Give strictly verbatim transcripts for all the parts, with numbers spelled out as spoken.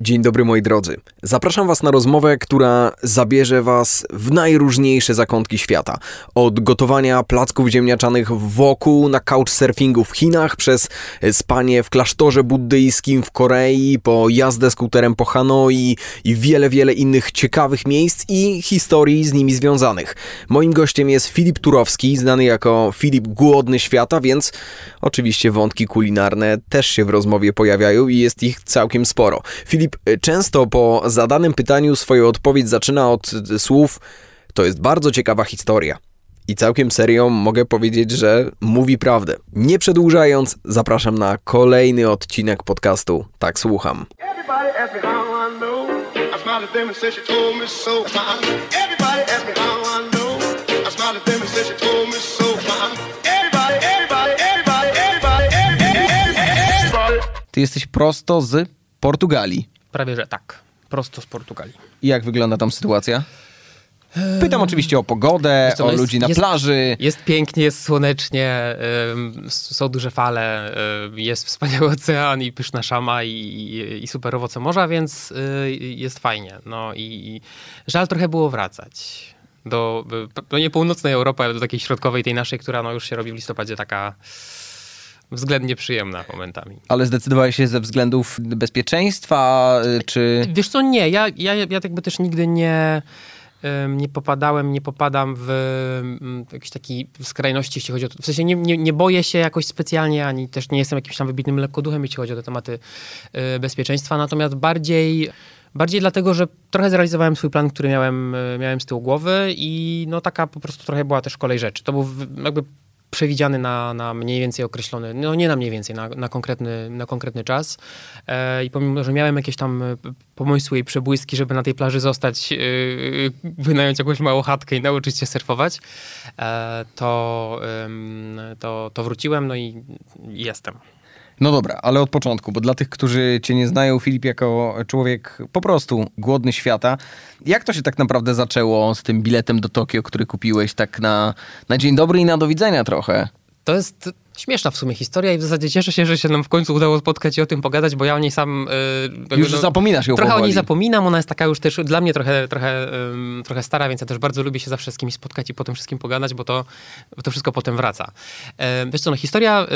Dzień dobry moi drodzy. Zapraszam was na rozmowę, która zabierze was w najróżniejsze zakątki świata. Od gotowania placków ziemniaczanych w Woku, na couchsurfingu w Chinach, przez spanie w klasztorze buddyjskim w Korei, po jazdę skuterem po Hanoi i wiele, wiele innych ciekawych miejsc i historii z nimi związanych. Moim gościem jest Filip Turowski, znany jako Filip Głodny Świata, więc oczywiście wątki kulinarne też się w rozmowie pojawiają i jest ich całkiem sporo. Filip często po zadanym pytaniu swoją odpowiedź zaczyna od słów: to jest bardzo ciekawa historia. I całkiem serio mogę powiedzieć, że mówi prawdę. Nie przedłużając, zapraszam na kolejny odcinek podcastu Tak Słucham. Ty jesteś prosto z Portugalii. Prawie, że tak. Prosto z Portugalii. I jak wygląda tam sytuacja? Pytam oczywiście o pogodę, co, o jest, ludzi na jest, plaży. Jest pięknie, jest słonecznie, y, są duże fale, y, jest wspaniały ocean i pyszna szama i, i, i super owoce morza, więc y, jest fajnie. No i, i żal trochę było wracać do, do nie północnej Europy, ale do takiej środkowej, tej naszej, która no, już się robi w listopadzie taka względnie przyjemna momentami. Ale zdecydowałeś się ze względów bezpieczeństwa, czy... Wiesz co, nie. Ja, ja, ja jakby też nigdy nie... nie popadałem, nie popadam w jakieś takiej skrajności, jeśli chodzi o to. W sensie nie, nie, nie boję się jakoś specjalnie, ani też nie jestem jakimś tam wybitnym lekkoduchem, jeśli chodzi o te tematy y, bezpieczeństwa, natomiast bardziej, bardziej dlatego, że trochę zrealizowałem swój plan, który miałem, miałem z tyłu głowy i no taka po prostu trochę była też kolej rzeczy. To był jakby przewidziany na, na mniej więcej określony, no nie na mniej więcej, na, na, konkretny, na konkretny czas. E, I pomimo, że miałem jakieś tam pomysły i przebłyski, żeby na tej plaży zostać, e, wynająć jakąś małą chatkę i nauczyć się surfować, e, to, e, to, to wróciłem, no i jestem. No dobra, ale od początku, bo dla tych, którzy cię nie znają, Filip jako człowiek po prostu głodny świata, jak to się tak naprawdę zaczęło z tym biletem do Tokio, który kupiłeś tak na, na dzień dobry i na do widzenia trochę? To jest śmieszna w sumie historia i w zasadzie cieszę się, że się nam w końcu udało spotkać i o tym pogadać, bo ja o niej sam... Yy, już no, zapominasz ją Trochę powoli. o niej zapominam, ona jest taka już też dla mnie trochę, trochę, yy, trochę stara, więc ja też bardzo lubię się zawsze z kimś spotkać i po tym wszystkim pogadać, bo to, bo to wszystko potem wraca. Yy, wiesz co, no historia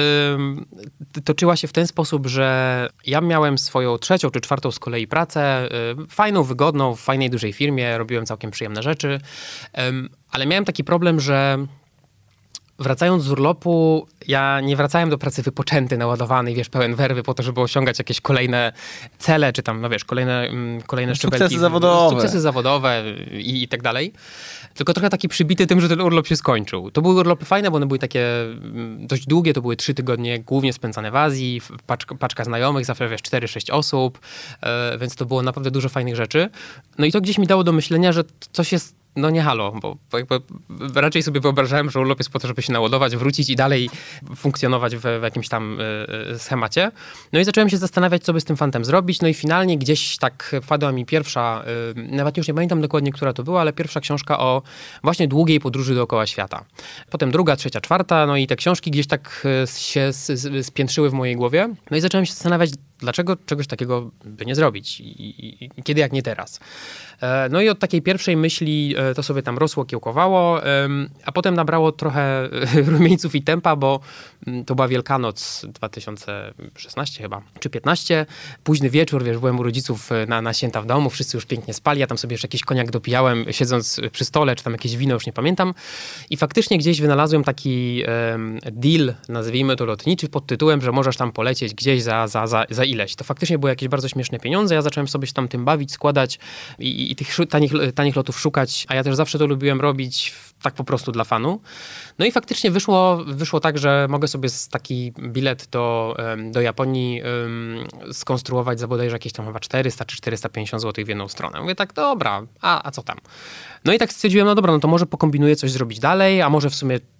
yy, toczyła się w ten sposób, że ja miałem swoją trzecią czy czwartą z kolei pracę, yy, fajną, wygodną, w fajnej, dużej firmie, robiłem całkiem przyjemne rzeczy, yy, ale miałem taki problem, że wracając z urlopu, ja nie wracałem do pracy wypoczęty, naładowany, wiesz, pełen werwy po to, żeby osiągać jakieś kolejne cele, czy tam, no wiesz, kolejne, kolejne szczebelki. Sukcesy zawodowe. Sukcesy zawodowe i, i tak dalej. Tylko trochę taki przybity tym, że ten urlop się skończył. To były urlopy fajne, bo one były takie dość długie, to były trzy tygodnie, głównie spędzane w Azji, paczka, paczka znajomych, zawsze wiesz, cztery sześć osób, yy, więc to było naprawdę dużo fajnych rzeczy. No i to gdzieś mi dało do myślenia, że coś jest no nie halo, bo jakby raczej sobie wyobrażałem, że urlop jest po to, żeby się naładować, wrócić i dalej funkcjonować w, w jakimś tam y, schemacie. No i zacząłem się zastanawiać, co by z tym fantem zrobić. No i finalnie gdzieś tak wpadła mi pierwsza, y, nawet już nie pamiętam dokładnie, która to była, ale pierwsza książka o właśnie długiej podróży dookoła świata. Potem druga, trzecia, czwarta, no i te książki gdzieś tak się spiętrzyły w mojej głowie. No i zacząłem się zastanawiać, dlaczego czegoś takiego by nie zrobić? I, i, i kiedy, jak nie teraz? E, no i od takiej pierwszej myśli e, to sobie tam rosło, kiełkowało, e, a potem nabrało trochę rumieńców i tempa, bo m, to była Wielkanoc dwa tysiące szesnaście chyba, czy piętnaście. Późny wieczór, wiesz, byłem u rodziców na, na święta w domu, wszyscy już pięknie spali, ja tam sobie jeszcze jakiś koniak dopijałem, siedząc przy stole, czy tam jakieś wino, już nie pamiętam. I faktycznie gdzieś wynalazłem taki e, deal, nazwijmy to lotniczy, pod tytułem, że możesz tam polecieć gdzieś za, za, za, za ileś. To faktycznie były jakieś bardzo śmieszne pieniądze. Ja zacząłem sobie się tam tym bawić, składać i, i tych tanich, tanich lotów szukać, a ja też zawsze to lubiłem robić tak po prostu dla fanu. No i faktycznie wyszło, wyszło tak, że mogę sobie taki bilet do, do Japonii um, skonstruować za bodajże jakieś tam chyba czterysta czy czterysta pięćdziesiąt złotych w jedną stronę. Mówię tak, dobra, a, a co tam? No i tak stwierdziłem, no dobra, no to może pokombinuję coś zrobić dalej, a może w sumie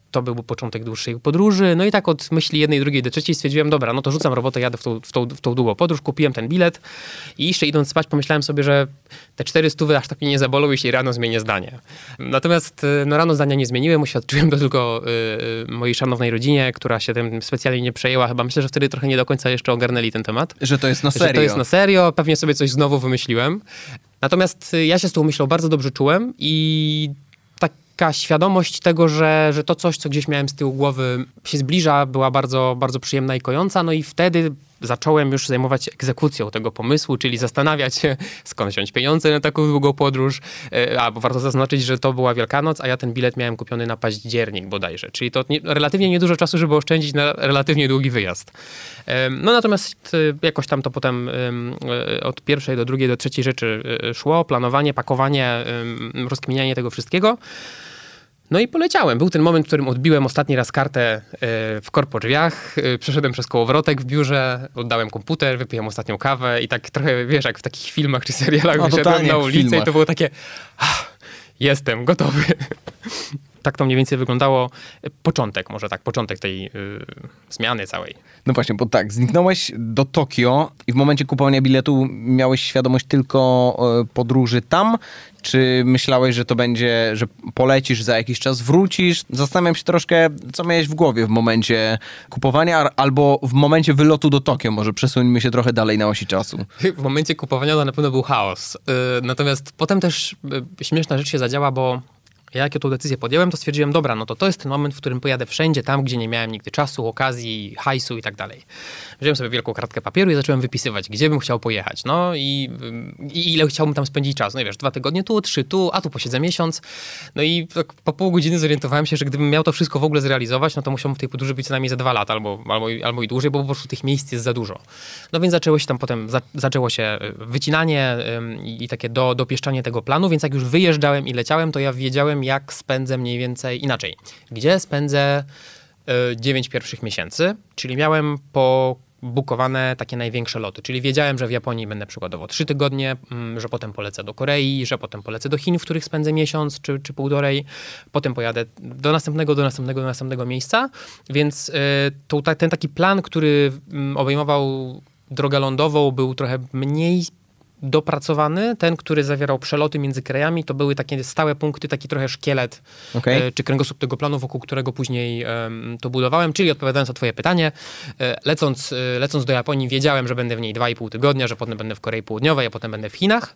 to był początek dłuższej podróży. No i tak od myśli jednej, drugiej do trzeciej stwierdziłem, dobra, no to rzucam robotę, jadę w tą, w tą, w tą długą podróż, kupiłem ten bilet i jeszcze idąc spać pomyślałem sobie, że te cztery stówy aż tak mnie nie zabolą, jeśli rano zmienię zdanie. Natomiast no rano zdania nie zmieniłem, uświadczyłem to tylko y, mojej szanownej rodzinie, która się tym specjalnie nie przejęła. Chyba myślę, że wtedy trochę nie do końca jeszcze ogarnęli ten temat. Że to jest na serio. Że to jest na serio, pewnie sobie coś znowu wymyśliłem. Natomiast ja się z tą myślą bardzo dobrze czułem i taka świadomość tego, że, że to coś, co gdzieś miałem z tyłu głowy się zbliża, była bardzo, bardzo przyjemna i kojąca. No i wtedy zacząłem już zajmować egzekucją tego pomysłu, czyli zastanawiać się, skąd wziąć pieniądze na taką długą podróż. A, bo warto zaznaczyć, że to była Wielkanoc, a ja ten bilet miałem kupiony na październik bodajże. Czyli to nie, relatywnie niedużo czasu, żeby oszczędzić na relatywnie długi wyjazd. No natomiast jakoś tam to potem od pierwszej do drugiej do trzeciej rzeczy szło. Planowanie, pakowanie, rozkminianie tego wszystkiego. No i poleciałem. Był ten moment, w którym odbiłem ostatni raz kartę w korpo drzwiach, przeszedłem przez kołowrotek w biurze, oddałem komputer, wypiłem ostatnią kawę i tak trochę, wiesz, jak w takich filmach czy serialach no, wyszedłem na ulicę i to było takie, ah, jestem gotowy. Tak to mniej więcej wyglądało. Początek, może tak, początek tej yy, zmiany całej. No właśnie, bo tak, zniknąłeś do Tokio i w momencie kupowania biletu miałeś świadomość tylko y, podróży tam, czy myślałeś, że to będzie, że polecisz, za jakiś czas wrócisz? Zastanawiam się troszkę, co miałeś w głowie w momencie kupowania, albo w momencie wylotu do Tokio. Może przesuńmy się trochę dalej na osi czasu. W momencie kupowania to na pewno był chaos. Yy, natomiast potem też yy, śmieszna rzecz się zadziała, bo ja jak ja tą decyzję podjąłem, to stwierdziłem, dobra, no to to jest ten moment, w którym pojadę wszędzie tam, gdzie nie miałem nigdy czasu, okazji, hajsu i tak dalej. Wziąłem sobie wielką kartkę papieru i zacząłem wypisywać, gdzie bym chciał pojechać, no i, i ile chciałbym tam spędzić czas. No i wiesz, dwa tygodnie tu, trzy tu, a tu posiedzę miesiąc. No i tak po pół godziny zorientowałem się, że gdybym miał to wszystko w ogóle zrealizować, no to musiałbym w tej podróży być co najmniej za dwa lata albo, albo, albo i dłużej, bo po prostu tych miejsc jest za dużo. No więc zaczęło się tam potem, za, zaczęło się wycinanie ym, i takie do, dopieszczanie tego planu, więc jak już wyjeżdżałem i leciałem, to ja wiedziałem, jak spędzę mniej więcej inaczej. Gdzie spędzę dziewięć pierwszych miesięcy, czyli miałem pobukowane takie największe loty, czyli wiedziałem, że w Japonii będę przykładowo trzy tygodnie, że potem polecę do Korei, że potem polecę do Chin, w których spędzę miesiąc czy, czy półtorej, potem pojadę do następnego, do następnego, do następnego miejsca, więc to, ten taki plan, który obejmował drogę lądową, był trochę mniej dopracowany. Ten, który zawierał przeloty między krajami, to były takie stałe punkty, taki trochę szkielet, okay. e, czy kręgosłup tego planu, wokół którego później e, to budowałem. Czyli odpowiadając na twoje pytanie, e, lecąc, e, lecąc do Japonii, wiedziałem, że będę w niej dwa i pół tygodnia, że potem będę w Korei Południowej, a potem będę w Chinach.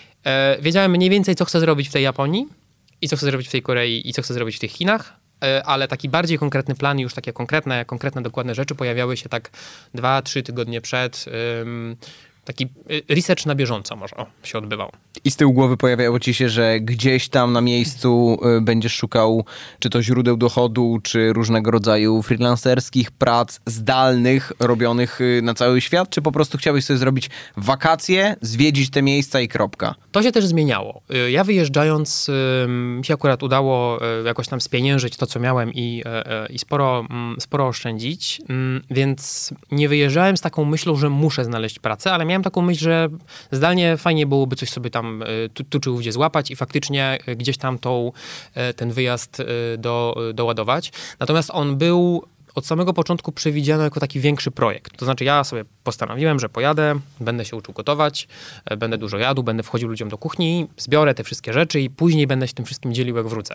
E, wiedziałem mniej więcej, co chcę zrobić w tej Japonii i co chcę zrobić w tej Korei i co chcę zrobić w tych Chinach. Ale taki bardziej konkretny plan i już takie konkretne, konkretne, dokładne rzeczy pojawiały się tak dwa, trzy tygodnie przed. Ym, Taki research na bieżąco może o, się odbywał. I z tyłu głowy pojawiało ci się, że gdzieś tam na miejscu y, będziesz szukał czy to źródeł dochodu, czy różnego rodzaju freelancerskich prac zdalnych, robionych y, na cały świat, czy po prostu chciałeś sobie zrobić wakacje, zwiedzić te miejsca i kropka? To się też zmieniało. Y, ja wyjeżdżając y, mi się akurat udało y, jakoś tam spieniężyć to, co miałem i, y, y, sporo, y, sporo oszczędzić, y, więc nie wyjeżdżałem z taką myślą, że muszę znaleźć pracę, ale miałem taką myśl, że zdalnie fajnie byłoby coś sobie tam tu, tu czy ówdzie złapać i faktycznie gdzieś tam tą, ten wyjazd do, doładować. Natomiast on był od samego początku przewidziany jako taki większy projekt. To znaczy ja sobie postanowiłem, że pojadę, będę się uczył gotować, będę dużo jadł, będę wchodził ludziom do kuchni, zbiorę te wszystkie rzeczy i później będę się tym wszystkim dzielił, jak wrócę.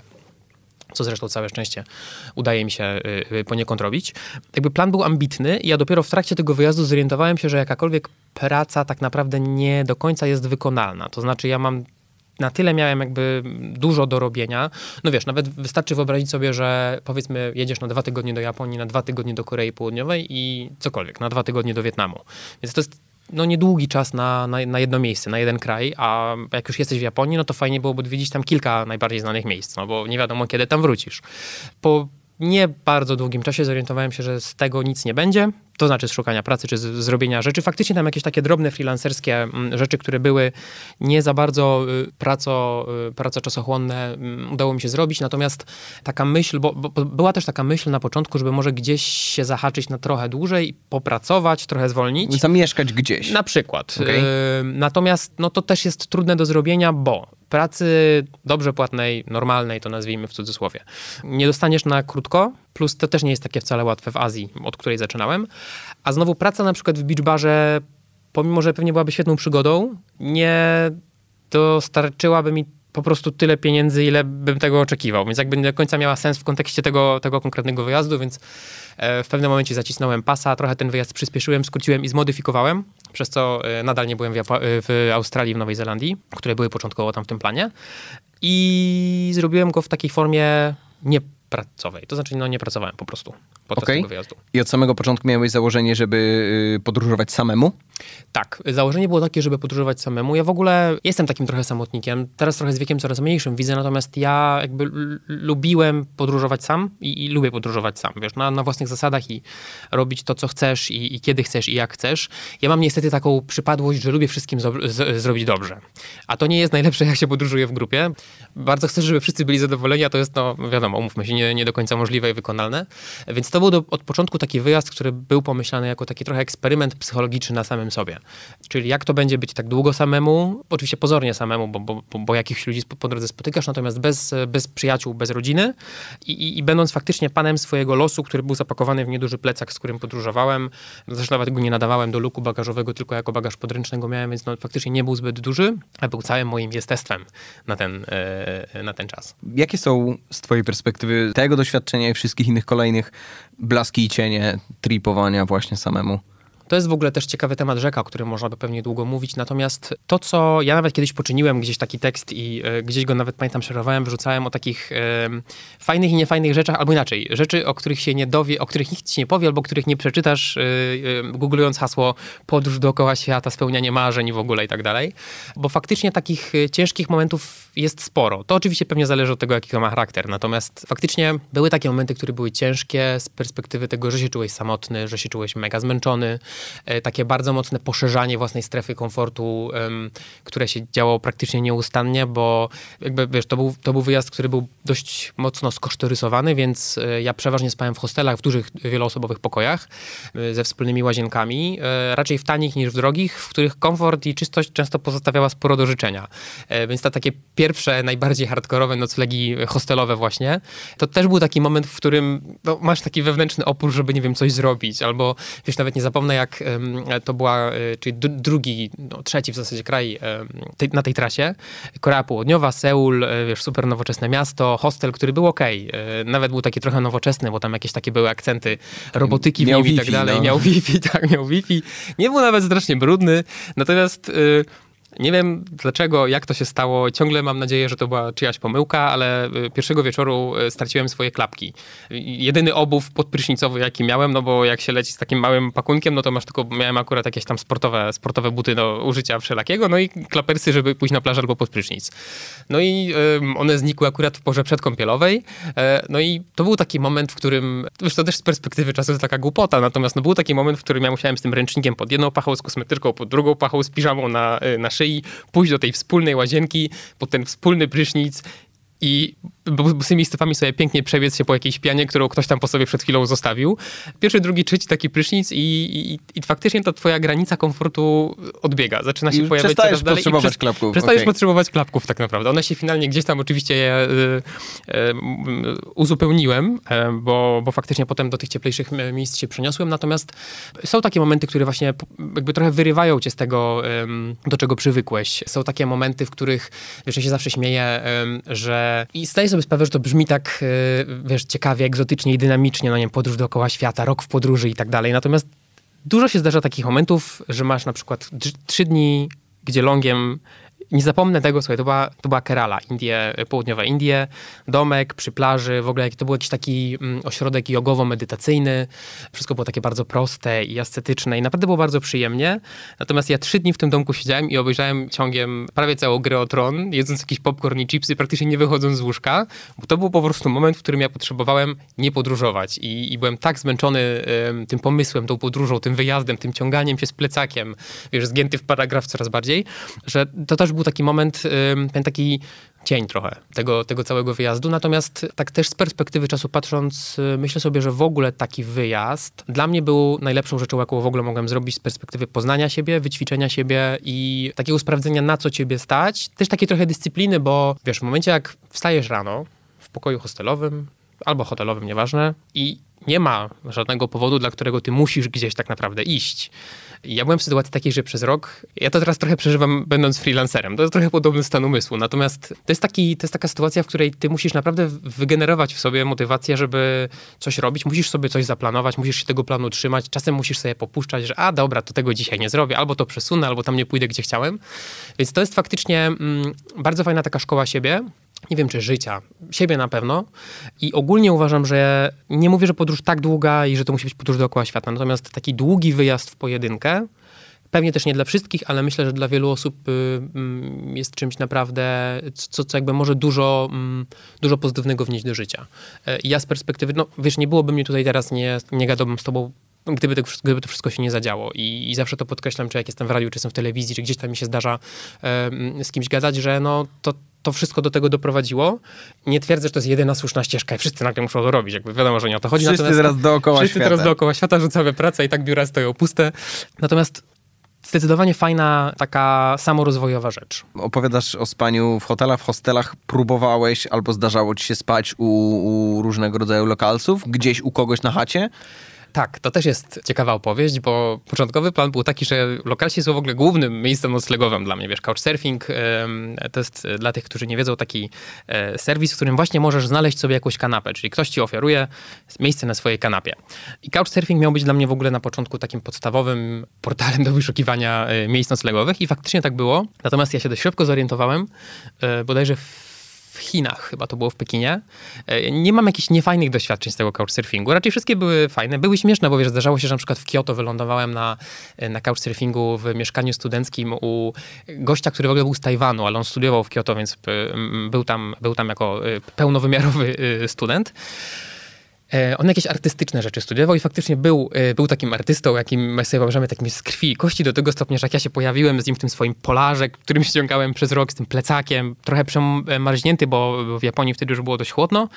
Co zresztą całe szczęście udaje mi się poniekąd robić. Jakby plan był ambitny i ja dopiero w trakcie tego wyjazdu zorientowałem się, że jakakolwiek praca tak naprawdę nie do końca jest wykonalna. To znaczy ja mam na tyle miałem jakby dużo do robienia. No wiesz, nawet wystarczy wyobrazić sobie, że powiedzmy jedziesz na dwa tygodnie do Japonii, na dwa tygodnie do Korei Południowej i cokolwiek, na dwa tygodnie do Wietnamu. Więc to jest no niedługi czas na, na, na jedno miejsce, na jeden kraj, a jak już jesteś w Japonii, no to fajnie byłoby odwiedzić tam kilka najbardziej znanych miejsc, no bo nie wiadomo, kiedy tam wrócisz. Po nie bardzo długim czasie zorientowałem się, że z tego nic nie będzie, to znaczy z szukania pracy, czy z, z zrobienia rzeczy. Faktycznie tam jakieś takie drobne freelancerskie m, rzeczy, które były nie za bardzo y, praco, y, praco czasochłonne, y, udało mi się zrobić, natomiast taka myśl, bo, bo była też taka myśl na początku, żeby może gdzieś się zahaczyć na trochę dłużej, popracować, trochę zwolnić. Zamieszkać gdzieś. Na przykład. Okay. Y, natomiast no to też jest trudne do zrobienia, bo pracy dobrze płatnej, normalnej, to nazwijmy w cudzysłowie, nie dostaniesz na krótko krótko, plus to też nie jest takie wcale łatwe w Azji, od której zaczynałem. A znowu praca na przykład w beach barze, pomimo że pewnie byłaby świetną przygodą, nie dostarczyłaby mi po prostu tyle pieniędzy, ile bym tego oczekiwał. Więc jakby nie do końca miała sens w kontekście tego, tego konkretnego wyjazdu, więc w pewnym momencie zacisnąłem pasa, trochę ten wyjazd przyspieszyłem, skróciłem i zmodyfikowałem, przez co nadal nie byłem w, Jap- w Australii, w Nowej Zelandii, które były początkowo tam w tym planie. I zrobiłem go w takiej formie niepracowej. To znaczy, no nie pracowałem po prostu podczas okay. tego wyjazdu. I od samego początku miałeś założenie, żeby podróżować samemu? Tak. Założenie było takie, żeby podróżować samemu. Ja w ogóle jestem takim trochę samotnikiem. Teraz trochę z wiekiem coraz mniejszym widzę, natomiast ja jakby l- lubiłem podróżować sam i, i lubię podróżować sam, wiesz, na, na własnych zasadach i robić to, co chcesz i, i kiedy chcesz i jak chcesz. Ja mam niestety taką przypadłość, że lubię wszystkim zo- z- zrobić dobrze. A to nie jest najlepsze, jak się podróżuje w grupie. Bardzo chcę, żeby wszyscy byli zadowoleni, a to jest, no wiadomo, umówmy się, nie, nie do końca możliwe i wykonalne. Więc to był do, od początku taki wyjazd, który był pomyślany jako taki trochę eksperyment psychologiczny na samym sobie. Czyli jak to będzie być tak długo samemu, oczywiście pozornie samemu, bo, bo, bo jakichś ludzi po drodze spotykasz, natomiast bez, bez przyjaciół, bez rodziny i, i, i będąc faktycznie panem swojego losu, który był zapakowany w nieduży plecak, z którym podróżowałem. Zresztą nawet go nie nadawałem do luku bagażowego, tylko jako bagaż podręczny go miałem, więc no, faktycznie nie był zbyt duży, a był całym moim jestestwem na ten, e, na ten czas. Jakie są z twojej perspektywy tego doświadczenia i wszystkich innych kolejnych blaski i cienie tripowania właśnie samemu? To jest w ogóle też ciekawy temat rzeka, o którym można by pewnie długo mówić, natomiast to, co ja nawet kiedyś poczyniłem, gdzieś taki tekst i e, gdzieś go nawet, pamiętam, szerowałem, wyrzucałem o takich e, fajnych i niefajnych rzeczach, albo inaczej, rzeczy, o których się nie dowie, o których nikt ci nie powie, albo których nie przeczytasz, e, e, googlując hasło podróż dookoła świata, spełnianie marzeń w ogóle i tak dalej, bo faktycznie takich ciężkich momentów jest sporo. To oczywiście pewnie zależy od tego, jaki to ma charakter, natomiast faktycznie były takie momenty, które były ciężkie z perspektywy tego, że się czułeś samotny, że się czułeś mega zmęczony, takie bardzo mocne poszerzanie własnej strefy komfortu, um, które się działo praktycznie nieustannie, bo jakby, wiesz, to był, to był wyjazd, który był dość mocno skosztorysowany, więc e, ja przeważnie spałem w hostelach, w dużych, wieloosobowych pokojach e, ze wspólnymi łazienkami, e, raczej w tanich niż w drogich, w których komfort i czystość często pozostawiała sporo do życzenia. E, więc to takie pierwsze, najbardziej hardkorowe noclegi hostelowe właśnie, to też był taki moment, w którym no, masz taki wewnętrzny opór, żeby, nie wiem, coś zrobić, albo, wiesz, nawet nie zapomnę, jak to była, czyli drugi, no, trzeci w zasadzie kraj tej, na tej trasie. Korea Południowa, Seul, wiesz, super nowoczesne miasto, hostel, który był okej. Okay. Nawet był taki trochę nowoczesny, bo tam jakieś takie były akcenty robotyki miał w nim i tak dalej. No. Miał Wi-Fi, tak, miał Wi-Fi. Nie był nawet strasznie brudny, natomiast y, nie wiem dlaczego, jak to się stało. Ciągle mam nadzieję, że to była czyjaś pomyłka, ale pierwszego wieczoru straciłem swoje klapki. Jedyny obuw podprysznicowy, jaki miałem, no bo jak się leci z takim małym pakunkiem, no to masz tylko, miałem akurat jakieś tam sportowe, sportowe buty do użycia wszelakiego, no i klapersy, żeby pójść na plażę albo pod prysznic. No i um, one znikły akurat w porze przedkąpielowej. E, no i to był taki moment, w którym, wiesz, to też z perspektywy czasu jest taka głupota, natomiast no był taki moment, w którym ja musiałem z tym ręcznikiem pod jedną pachą, z kosmetyczką pod drugą pachą, z piżamą na, na szyi, pójść do tej wspólnej łazienki, pod ten wspólny prysznic i bosymi stopami sobie pięknie przebiec się po jakiejś pianie, którą ktoś tam po sobie przed chwilą zostawił. Pierwszy, drugi, trzeci taki prysznic i, i, i faktycznie to twoja granica komfortu odbiega. Zaczyna się I pojawiać przestajesz coraz dalej. potrzebować I klapków. Przestajesz okay. potrzebować klapków tak naprawdę. One się finalnie gdzieś tam oczywiście je y, y, uzupełniłem, y, bo, bo faktycznie potem do tych cieplejszych miejsc się przeniosłem. Natomiast są takie momenty, które właśnie jakby trochę wyrywają cię z tego, y, do czego przywykłeś. Są takie momenty, w których, wiesz, ja się zawsze śmieję, y, że i zdaję sobie sprawę, że to brzmi tak, wiesz, ciekawie, egzotycznie i dynamicznie, no nie wiem, podróż dookoła świata, rok w podróży i tak dalej. Natomiast dużo się zdarza takich momentów, że masz na przykład trzy dni, gdzie longiem, nie zapomnę tego, słuchaj, to była, to była Kerala, Indie, południowe Indie, domek przy plaży, w ogóle to był jakiś taki mm, ośrodek jogowo-medytacyjny, wszystko było takie bardzo proste i ascetyczne i naprawdę było bardzo przyjemnie. Natomiast ja trzy dni w tym domku siedziałem i obejrzałem ciągiem prawie całą grę o Tron, jedząc jakiś popcorn i chipsy, praktycznie nie wychodząc z łóżka, bo to był po prostu moment, w którym ja potrzebowałem nie podróżować i, i byłem tak zmęczony um, tym pomysłem, tą podróżą, tym wyjazdem, tym ciąganiem się z plecakiem, wiesz, zgięty w paragraf coraz bardziej, że to też był taki moment, ten taki cień trochę tego, tego całego wyjazdu. Natomiast tak też z perspektywy czasu patrząc, myślę sobie, że w ogóle taki wyjazd dla mnie był najlepszą rzeczą, jaką w ogóle mogłem zrobić z perspektywy poznania siebie, wyćwiczenia siebie i takiego sprawdzenia, na co ciebie stać. Też takiej trochę dyscypliny, bo wiesz, w momencie jak wstajesz rano w pokoju hostelowym, albo hotelowym, nieważne, i nie ma żadnego powodu, dla którego ty musisz gdzieś tak naprawdę iść. Ja byłem w sytuacji takiej, że przez rok, ja to teraz trochę przeżywam będąc freelancerem, to jest trochę podobny stan umysłu, natomiast to jest, taki, to jest taka sytuacja, w której ty musisz naprawdę wygenerować w sobie motywację, żeby coś robić, musisz sobie coś zaplanować, musisz się tego planu trzymać, czasem musisz sobie popuszczać, że a dobra, to tego dzisiaj nie zrobię, albo to przesunę, albo tam nie pójdę, gdzie chciałem. Więc to jest faktycznie mm, bardzo fajna taka szkoła siebie. Nie wiem, czy życia, siebie na pewno. I ogólnie uważam, że nie mówię, że podróż tak długa i że to musi być podróż dookoła świata. Natomiast taki długi wyjazd w pojedynkę, pewnie też nie dla wszystkich, ale myślę, że dla wielu osób y, y, jest czymś naprawdę, co, co jakby może dużo, y, dużo pozytywnego wnieść do życia. Y, ja z perspektywy, no wiesz, nie byłoby mnie tutaj teraz, nie, nie gadałbym z tobą, Gdyby to, gdyby to wszystko się nie zadziało. I, I zawsze to podkreślam, czy jak jestem w radiu, czy jestem w telewizji, czy gdzieś tam mi się zdarza e, z kimś gadać, że no to, to wszystko do tego doprowadziło. Nie twierdzę, że to jest jedyna słuszna ścieżka i wszyscy nagle muszą to robić. Jakby wiadomo, że nie o to chodzi. Wszyscy Natomiast teraz dookoła wszyscy świata. teraz dookoła świata rzucamy pracę i tak biura stoją puste. Natomiast zdecydowanie fajna, taka samorozwojowa rzecz. Opowiadasz o spaniu w hotelach, w hostelach. Próbowałeś albo zdarzało ci się spać u, u różnego rodzaju lokalsów? Gdzieś u kogoś na chacie? Tak, to też jest ciekawa opowieść, bo początkowy plan był taki, że lokalsi są w ogóle głównym miejscem noclegowym dla mnie. Wiesz, Couchsurfing to jest dla tych, którzy nie wiedzą, taki serwis, w którym właśnie możesz znaleźć sobie jakąś kanapę, czyli ktoś ci oferuje miejsce na swojej kanapie. I Couchsurfing miał być dla mnie w ogóle na początku takim podstawowym portalem do wyszukiwania miejsc noclegowych i faktycznie tak było. Natomiast ja się dość szybko zorientowałem, bodajże w w Chinach, chyba to było w Pekinie. Nie mam jakichś niefajnych doświadczeń z tego couchsurfingu. Raczej wszystkie były fajne. Były śmieszne, bo wiesz, zdarzało się, że na przykład w Kyoto wylądowałem na, na couchsurfingu w mieszkaniu studenckim u gościa, który w ogóle był z Tajwanu, ale on studiował w Kyoto, więc był tam, był tam jako pełnowymiarowy student. On jakieś artystyczne rzeczy studiował i faktycznie był, był takim artystą, jakim my sobie wyobrażamy, takim z krwi i kości, do tego stopnia, że jak ja się pojawiłem z nim w tym swoim polarze, którym ściągałem przez rok z tym plecakiem, trochę przemarznięty, bo w Japonii wtedy już było dość chłodno,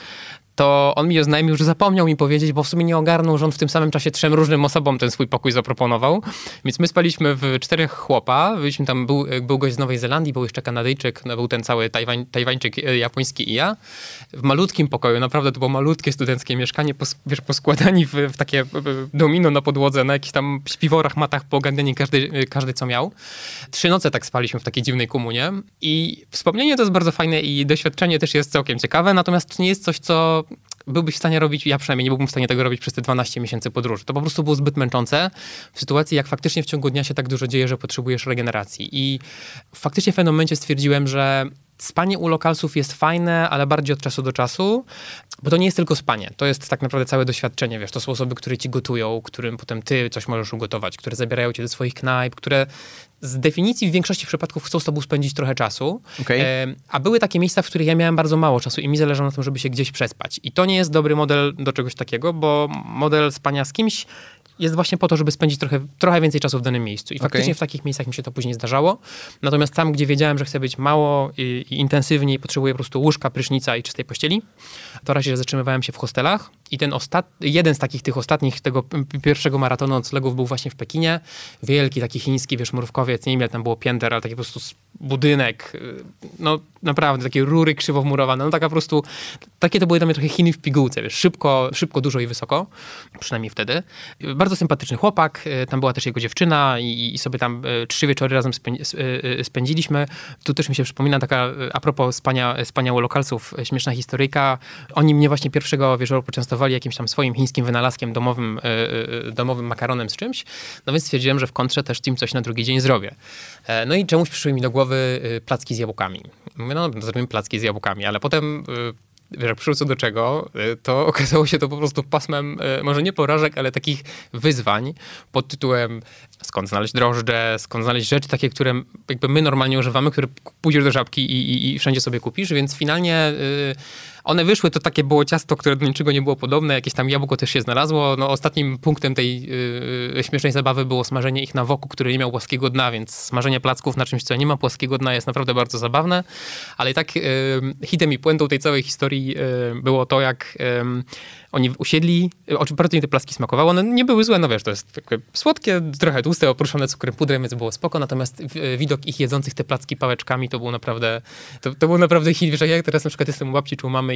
to on mi oznajmił, że zapomniał mi powiedzieć, bo w sumie nie ogarnął, że on w tym samym czasie trzem różnym osobom ten swój pokój zaproponował. Więc my spaliśmy w czterech chłopa, byliśmy tam, był, był gość z Nowej Zelandii, był jeszcze Kanadyjczyk, no był ten cały Tajwań, Tajwańczyk japoński i ja. W malutkim pokoju, naprawdę to było malutkie studenckie mieszkanie, pos, wiesz, poskładani w, w takie domino na podłodze, na jakichś tam śpiworach, matach, poogarniani każdy, każdy co miał. Trzy noce tak spaliśmy w takiej dziwnej komunie i wspomnienie to jest bardzo fajne i doświadczenie też jest całkiem ciekawe, natomiast to nie jest coś, co byłbyś w stanie robić, ja przynajmniej nie byłbym w stanie tego robić przez te dwanaście miesięcy podróży. To po prostu było zbyt męczące w sytuacji, jak faktycznie w ciągu dnia się tak dużo dzieje, że potrzebujesz regeneracji. I faktycznie w pewnym momencie stwierdziłem, że spanie u lokalsów jest fajne, ale bardziej od czasu do czasu, bo to nie jest tylko spanie. To jest tak naprawdę całe doświadczenie, wiesz, to są osoby, które ci gotują, którym potem ty coś możesz ugotować, które zabierają cię do swoich knajp, które z definicji w większości przypadków chcą z tobą spędzić trochę czasu, okay. e, a były takie miejsca, w których ja miałem bardzo mało czasu i mi zależało na tym, żeby się gdzieś przespać. I to nie jest dobry model do czegoś takiego, bo model spania z kimś jest właśnie po to, żeby spędzić trochę, trochę więcej czasu w danym miejscu. I faktycznie okay. w takich miejscach mi się to później zdarzało. Natomiast tam, gdzie wiedziałem, że chcę być mało i, i intensywnie i potrzebuję po prostu łóżka, prysznica i czystej pościeli, to raczej zatrzymywałem się w hostelach. I ten ostat... jeden z takich tych ostatnich, tego pierwszego maratonu noclegów był właśnie w Pekinie. Wielki, taki chiński, wiesz, mrówkowiec, nie wiem ile tam było pięter, ale taki po prostu budynek, no naprawdę, takie rury krzywo wmurowane, no taka po prostu, takie to były dla mnie trochę Chiny w pigułce, wiesz, szybko, szybko, dużo i wysoko, przynajmniej wtedy. Bardzo sympatyczny chłopak, tam była też jego dziewczyna i, i sobie tam trzy wieczory razem spędziliśmy. Tu też mi się przypomina taka, a propos spania, spania u lokalców, śmieszna historyjka. Oni mnie właśnie pierwszego wieczoru poczęstowali jakimś tam swoim chińskim wynalazkiem, domowym, domowym makaronem z czymś, no więc stwierdziłem, że w kontrze też im coś na drugi dzień zrobię. No i czemuś przyszły mi do głowy placki z jabłkami. Mówię, no zrobimy placki z jabłkami, ale potem wiesz, jak przyszło co do czego, to okazało się to po prostu pasmem, może nie porażek, ale takich wyzwań pod tytułem skąd znaleźć drożdże, skąd znaleźć rzeczy takie, które jakby my normalnie używamy, które pójdziesz do żabki i, i, i wszędzie sobie kupisz, więc finalnie y, one wyszły, to takie było ciasto, które do niczego nie było podobne, jakieś tam jabłko też się znalazło. No, ostatnim punktem tej y, śmiesznej zabawy było smażenie ich na woku, który nie miał płaskiego dna, więc smażenie placków na czymś, co nie ma płaskiego dna jest naprawdę bardzo zabawne, ale i tak y, hitem i puentą tej całej historii y, było to, jak y, oni usiedli, oczywiście bardzo mi te placki smakowały, one nie były złe, no wiesz, to jest słodkie, trochę tłuste, oprószone cukrem pudrem, więc było spoko, natomiast widok ich jedzących te placki pałeczkami to był naprawdę, to, to był naprawdę hit, wiesz, jak ja teraz na przykład jestem u babci czy u mamy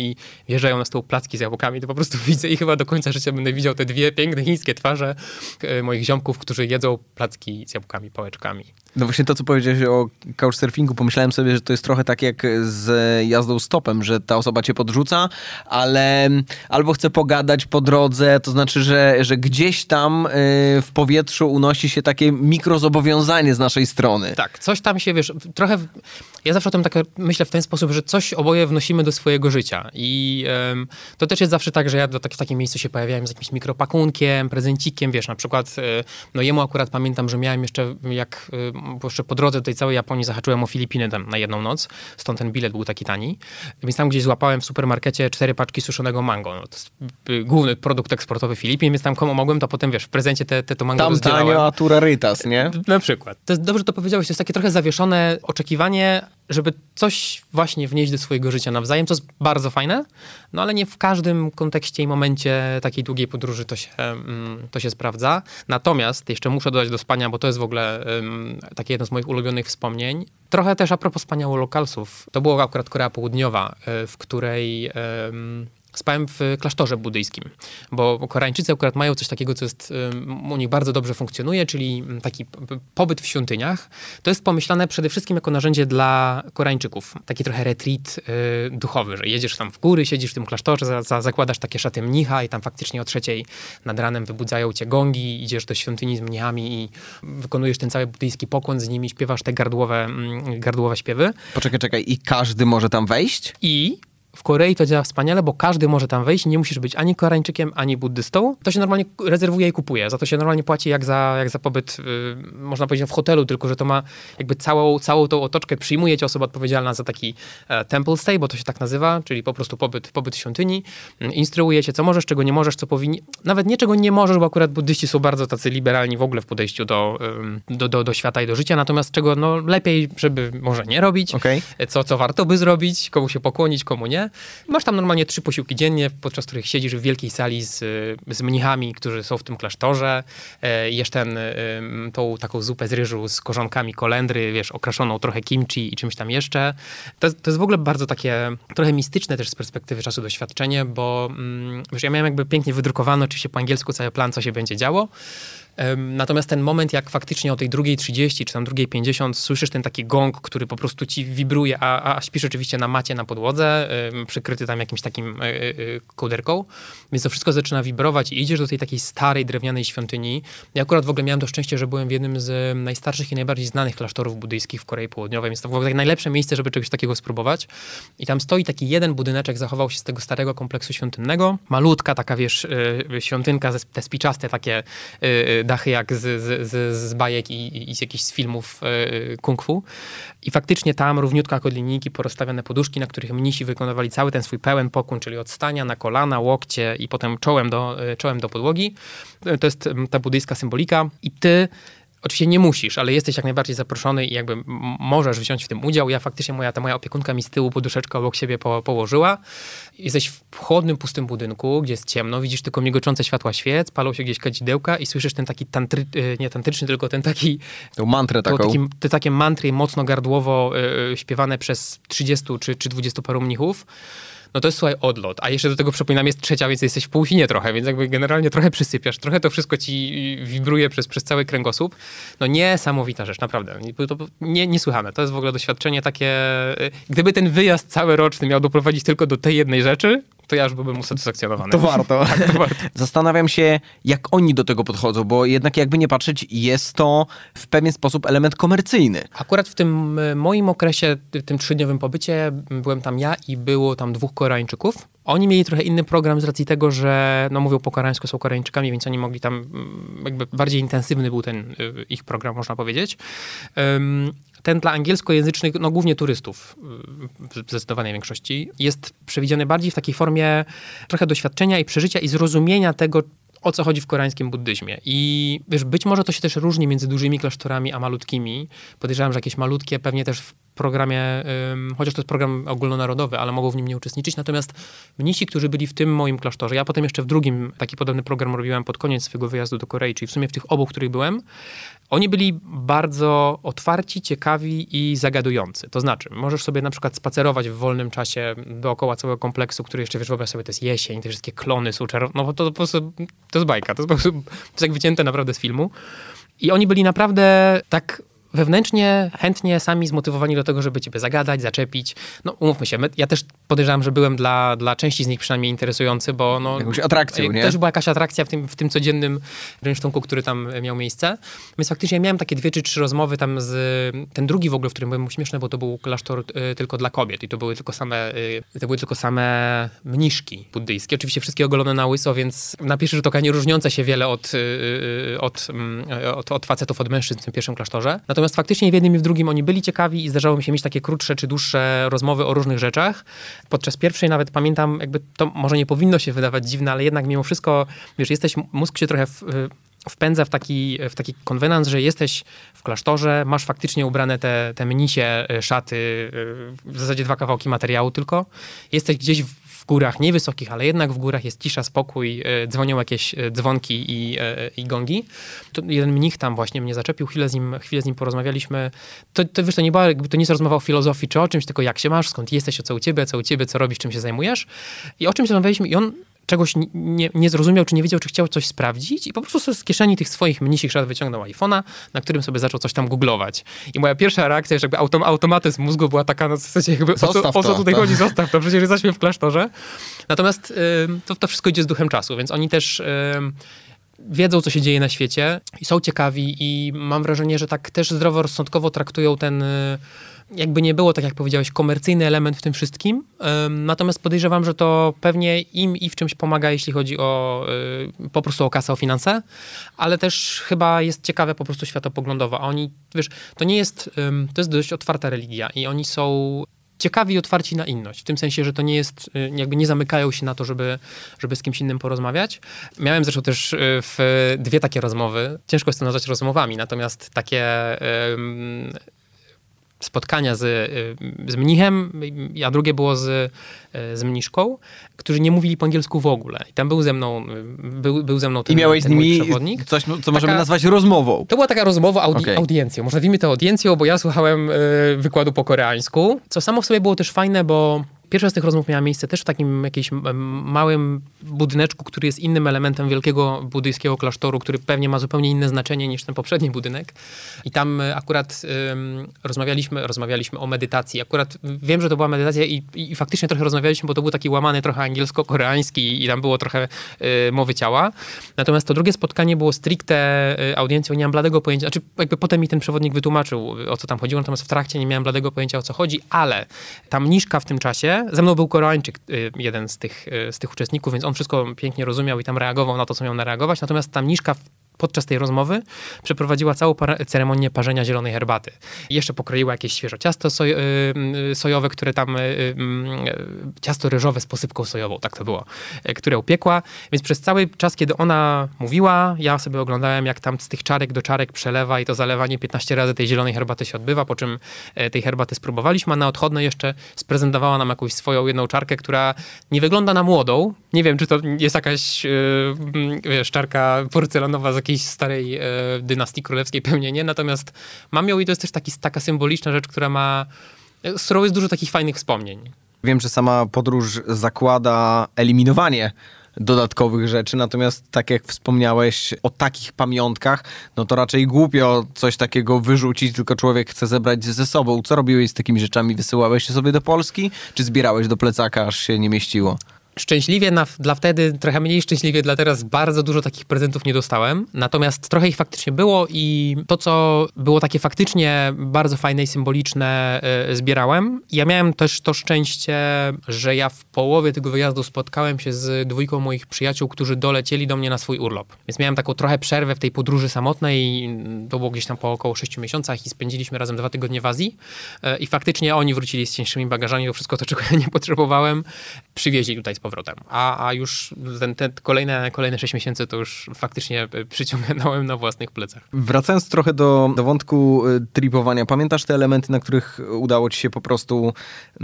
i wjeżdżają na stół placki z jabłkami, to po prostu widzę i chyba do końca życia będę widział te dwie piękne chińskie twarze moich ziomków, którzy jedzą placki z jabłkami, pałeczkami. No właśnie to, co powiedziałeś o couchsurfingu, pomyślałem sobie, że to jest trochę tak jak z jazdą stopem, że ta osoba cię podrzuca, ale albo chce pogadać po drodze, to znaczy, że, że gdzieś tam w powietrzu unosi się takie mikrozobowiązanie z naszej strony. Tak, coś tam się, wiesz, trochę... Ja zawsze o tym tak myślę w ten sposób, że coś oboje wnosimy do swojego życia i um, to też jest zawsze tak, że ja do tak, w takim miejscu się pojawiałem z jakimś mikropakunkiem, prezencikiem, wiesz, na przykład, no jemu akurat pamiętam, że miałem jeszcze, jak jeszcze po drodze do tej całej Japonii zahaczyłem o Filipiny tam na jedną noc, stąd ten bilet był taki tani, więc tam gdzieś złapałem w supermarkecie cztery paczki suszonego mango. No, to jest główny produkt eksportowy Filipin, więc tam komu mogłem, to potem, wiesz, w prezencie te, te to mango tam rozdzielałem. Tam tanio, a tu rarytas, nie? Na przykład. To jest dobrze, że to powiedziałeś, to jest takie trochę zawieszone oczekiwanie, żeby coś właśnie wnieść do swojego życia nawzajem, co jest bardzo fajne, no ale nie w każdym kontekście i momencie takiej długiej podróży to się, to się sprawdza. Natomiast jeszcze muszę dodać do spania, bo to jest w ogóle um, takie jedno z moich ulubionych wspomnień. Trochę też a propos spania u lokalsów. To była akurat Korea Południowa, w której... Um, spałem w klasztorze buddyjskim, bo Koreańczycy akurat mają coś takiego, co jest, um, u nich bardzo dobrze funkcjonuje, czyli taki pobyt w świątyniach. To jest pomyślane przede wszystkim jako narzędzie dla Koreańczyków. Taki trochę retreat y, duchowy, że jedziesz tam w góry, siedzisz w tym klasztorze, za, za, zakładasz takie szaty mnicha i tam faktycznie o trzeciej nad ranem wybudzają cię gongi, idziesz do świątyni z mnichami i wykonujesz ten cały buddyjski pokłon z nimi, śpiewasz te gardłowe, mm, gardłowe śpiewy. Poczekaj, czekaj, i każdy może tam wejść? I... W Korei to działa wspaniale, bo każdy może tam wejść, nie musisz być ani Koreańczykiem, ani buddystą. To się normalnie rezerwuje i kupuje. Za to się normalnie płaci jak za, jak za pobyt, yy, można powiedzieć, w hotelu, tylko że to ma jakby całą, całą tą otoczkę, przyjmuje cię osoba odpowiedzialna za taki e, temple stay, bo to się tak nazywa, czyli po prostu pobyt, pobyt w świątyni. Instruuje cię, co możesz, czego nie możesz, co powinni... Nawet nie czego nie możesz, bo akurat buddyści są bardzo tacy liberalni w ogóle w podejściu do, yy, do, do, do świata i do życia, natomiast czego no, lepiej, żeby może nie robić, okay. co, co warto by zrobić, komu się pokłonić, komu nie. Masz tam normalnie trzy posiłki dziennie, podczas których siedzisz w wielkiej sali z, z mnichami, którzy są w tym klasztorze. E, jesz ten, e, tą taką zupę z ryżu z korzonkami kolendry, wiesz, okraszoną trochę kimchi i czymś tam jeszcze. To, to jest w ogóle bardzo takie trochę mistyczne też z perspektywy czasu doświadczenie, bo mm, wiesz, ja miałem jakby pięknie wydrukowany oczywiście po angielsku cały plan, co się będzie działo. Natomiast ten moment, jak faktycznie o tej drugiej trzydzieści czy tam drugiej pięćdziesiąt słyszysz ten taki gong, który po prostu ci wibruje, a, a śpisz oczywiście na macie na podłodze, yy, przykryty tam jakimś takim yy, yy, kołderką, więc to wszystko zaczyna wibrować i idziesz do tej takiej starej, drewnianej świątyni. Ja akurat w ogóle miałem to szczęście, że byłem w jednym z najstarszych i najbardziej znanych klasztorów buddyjskich w Korei Południowej, więc to w ogóle tak najlepsze miejsce, żeby czegoś takiego spróbować. I tam stoi taki jeden budyneczek, zachował się z tego starego kompleksu świątynnego. Malutka taka, wiesz, yy, świątynka, te spiczaste takie yy, dachy jak z, z, z, z bajek i, i z jakichś z filmów yy, kung fu. I faktycznie tam równiutko jako linijki porozstawiane poduszki, na których mnisi wykonywali cały ten swój pełen pokłon, czyli od stania na kolana, łokcie i potem czołem do, czołem do podłogi. To jest ta buddyjska symbolika. I ty oczywiście nie musisz, ale jesteś jak najbardziej zaproszony i jakby możesz wziąć w tym udział. Ja faktycznie, moja, ta moja opiekunka mi z tyłu poduszeczkę obok siebie po, położyła. Jesteś w chłodnym, pustym budynku, gdzie jest ciemno, widzisz tylko migoczące światła świec, palą się gdzieś kadzidełka i słyszysz ten taki tantry, nie tantryczny, tylko ten taki... Tą mantrę taką. Taki, te takie mantry mocno gardłowo y, śpiewane przez trzydziestu czy, czy dwudziestu paru mnichów. No to jest, słuchaj, odlot. A jeszcze do tego, przypominam, jest trzecia, więc jesteś w półsinie trochę, więc jakby generalnie trochę przysypiasz, trochę to wszystko ci wibruje przez, przez cały kręgosłup. No niesamowita rzecz, naprawdę. To nie, niesłychane. To jest w ogóle doświadczenie takie... Gdyby ten wyjazd cały roczny miał doprowadzić tylko do tej jednej rzeczy, to ja już byłbym usatysfakcjonowany. To warto. Tak, to warto. Zastanawiam się, jak oni do tego podchodzą, bo jednak jakby nie patrzeć, jest to w pewien sposób element komercyjny. Akurat w tym moim okresie, w tym trzydniowym pobycie, byłem tam ja i było tam dwóch Koreańczyków. Oni mieli trochę inny program z racji tego, że no, mówią po koreańsku, są Koreańczykami, więc oni mogli tam, jakby bardziej intensywny był ten ich program, można powiedzieć. Ten dla angielskojęzycznych, no głównie turystów w zdecydowanej większości, jest przewidziany bardziej w takiej formie trochę doświadczenia i przeżycia i zrozumienia tego, o co chodzi w koreańskim buddyzmie. I wiesz, być może to się też różni między dużymi klasztorami a malutkimi. Podejrzewam, że jakieś malutkie pewnie też programie, chociaż to jest program ogólnonarodowy, ale mogą w nim nie uczestniczyć. Natomiast mnisi, którzy byli w tym moim klasztorze, ja potem jeszcze w drugim taki podobny program robiłem pod koniec swojego wyjazdu do Korei, czyli w sumie w tych obu, w których byłem, oni byli bardzo otwarci, ciekawi i zagadujący. To znaczy, możesz sobie na przykład spacerować w wolnym czasie dookoła całego kompleksu, który jeszcze, wiesz, wyobraź sobie, to jest jesień, te wszystkie klony są czerwone, no bo to, to po prostu, to jest bajka, to jest po prostu, to jest jak wycięte naprawdę z filmu. I oni byli naprawdę tak wewnętrznie, chętnie sami zmotywowani do tego, żeby ciebie zagadać, zaczepić. No umówmy się, my, ja też podejrzewam, że byłem dla, dla części z nich przynajmniej interesujący, bo no... Jakąś atrakcją, nie? Też była jakaś atrakcja w tym, w tym codziennym rynsztunku, który tam miał miejsce. Więc faktycznie miałem takie dwie czy trzy rozmowy tam z... Ten drugi w ogóle, w którym byłem śmieszny, bo to był klasztor y, tylko dla kobiet i to były tylko same, y, to były tylko same mniszki buddyjskie. Oczywiście wszystkie ogolone na łyso, więc na pierwszy rzut oka nie różniące się wiele od, y, y, od, y, od, od facetów, od mężczyzn w tym pierwszym klasztorze. Natomiast faktycznie w jednym i w drugim oni byli ciekawi i zdarzało mi się mieć takie krótsze czy dłuższe rozmowy o różnych rzeczach. Podczas pierwszej nawet pamiętam, jakby to może nie powinno się wydawać dziwne, ale jednak mimo wszystko, wiesz, jesteś, mózg się trochę w, wpędza w taki, w taki konwenans, że jesteś w klasztorze, masz faktycznie ubrane te, te mnisie szaty, w zasadzie dwa kawałki materiału tylko. Jesteś gdzieś w w górach, niewysokich, ale jednak w górach jest cisza, spokój, dzwonią jakieś dzwonki i, i gongi. To jeden mnich tam właśnie mnie zaczepił, chwilę z nim, chwilę z nim porozmawialiśmy. To, to wiesz, to nie, była, to nie jest rozmowa o filozofii czy o czymś, tylko jak się masz, skąd jesteś, o co u ciebie, co u ciebie, co robisz, czym się zajmujesz. I o czymś rozmawialiśmy i on czegoś nie, nie zrozumiał, czy nie wiedział, czy chciał coś sprawdzić i po prostu sobie z kieszeni tych swoich mnisich szat wyciągnął iPhone'a, na którym sobie zaczął coś tam googlować. I moja pierwsza reakcja, że jakby autom, automatyzm mózgu była taka, no w zasadzie jakby o co, o co tutaj to. chodzi, zostaw to, przecież jesteśmy w klasztorze. Natomiast y, to, to wszystko idzie z duchem czasu, więc oni też y, wiedzą, co się dzieje na świecie i są ciekawi i mam wrażenie, że tak też zdroworozsądkowo traktują ten... Y, jakby nie było, tak jak powiedziałeś, komercyjny element w tym wszystkim. Um, natomiast podejrzewam, że to pewnie im i w czymś pomaga, jeśli chodzi o y, po prostu o kasę, o finanse, ale też chyba jest ciekawe po prostu światopoglądowo. A oni, wiesz, to nie jest, um, to jest dość otwarta religia i oni są ciekawi i otwarci na inność. W tym sensie, że to nie jest, jakby nie zamykają się na to, żeby, żeby z kimś innym porozmawiać. Miałem zresztą też w dwie takie rozmowy. Ciężko jest to nazwać rozmowami, natomiast takie... Um, spotkania z, z mnichem, a drugie było z, z mniszką, którzy nie mówili po angielsku w ogóle. I tam był ze mną, był, był ze mną ten, I miałeś ten z nimi przewodnik. coś, co taka, możemy nazwać rozmową. To była taka rozmowa, audi, okay. audiencją. Może nazwijmy to audiencją, bo ja słuchałem y, wykładu po koreańsku, co samo w sobie było też fajne, bo pierwsza z tych rozmów miała miejsce też w takim jakimś małym budyneczku, który jest innym elementem wielkiego buddyjskiego klasztoru, który pewnie ma zupełnie inne znaczenie niż ten poprzedni budynek. I tam akurat um, rozmawialiśmy, rozmawialiśmy o medytacji. Akurat wiem, że to była medytacja i, i, i faktycznie trochę rozmawialiśmy, bo to był taki łamany trochę angielsko-koreański i tam było trochę y, mowy ciała. Natomiast to drugie spotkanie było stricte y, audiencją. Nie mam bladego pojęcia, znaczy jakby potem mi ten przewodnik wytłumaczył, o co tam chodziło, natomiast w trakcie nie miałem bladego pojęcia, o co chodzi, ale ta mniszka w tym czasie, ze mną był Koreańczyk, jeden z tych, z tych uczestników, więc on wszystko pięknie rozumiał i tam reagował na to, co miał nareagować. Natomiast ta mniszka podczas tej rozmowy przeprowadziła całą par- ceremonię parzenia zielonej herbaty. I jeszcze pokroiła jakieś świeże ciasto soj- y- sojowe, które tam, y- y- ciasto ryżowe z posypką sojową, tak to było, y- które upiekła. Więc przez cały czas, kiedy ona mówiła, ja sobie oglądałem, jak tam z tych czarek do czarek przelewa i to zalewanie piętnaście razy tej zielonej herbaty się odbywa, po czym y- tej herbaty spróbowaliśmy, a na odchodne jeszcze sprezentowała nam jakąś swoją jedną czarkę, która nie wygląda na młodą. Nie wiem, czy to jest jakaś y- wiesz, czarka porcelanowa z jakiejś starej e, dynastii królewskiej, pewnie nie, natomiast mam ją i to jest też taki, taka symboliczna rzecz, która ma, z którą jest dużo takich fajnych wspomnień. Wiem, że sama podróż zakłada eliminowanie dodatkowych rzeczy, natomiast tak jak wspomniałeś o takich pamiątkach, no to raczej głupio coś takiego wyrzucić, tylko człowiek chce zebrać ze sobą. Co robiłeś z takimi rzeczami? Wysyłałeś się sobie do Polski, czy zbierałeś do plecaka, aż się nie mieściło? Szczęśliwie na, dla wtedy, trochę mniej szczęśliwie dla teraz, bardzo dużo takich prezentów nie dostałem. Natomiast trochę ich faktycznie było i to, co było takie faktycznie bardzo fajne i symboliczne, yy, zbierałem. Ja miałem też to szczęście, że ja w połowie tego wyjazdu spotkałem się z dwójką moich przyjaciół, którzy dolecieli do mnie na swój urlop. Więc miałem taką trochę przerwę w tej podróży samotnej. To było gdzieś tam po około sześciu miesiącach i spędziliśmy razem dwa tygodnie w Azji. Yy, I faktycznie oni wrócili z cięższymi bagażami, to wszystko to, czego ja nie potrzebowałem. przywieźli tutaj z powrotem. A, a już ten, te kolejne, kolejne sześć miesięcy to już faktycznie przyciągnąłem na własnych plecach. Wracając trochę do, do wątku tripowania, pamiętasz te elementy, na których udało ci się po prostu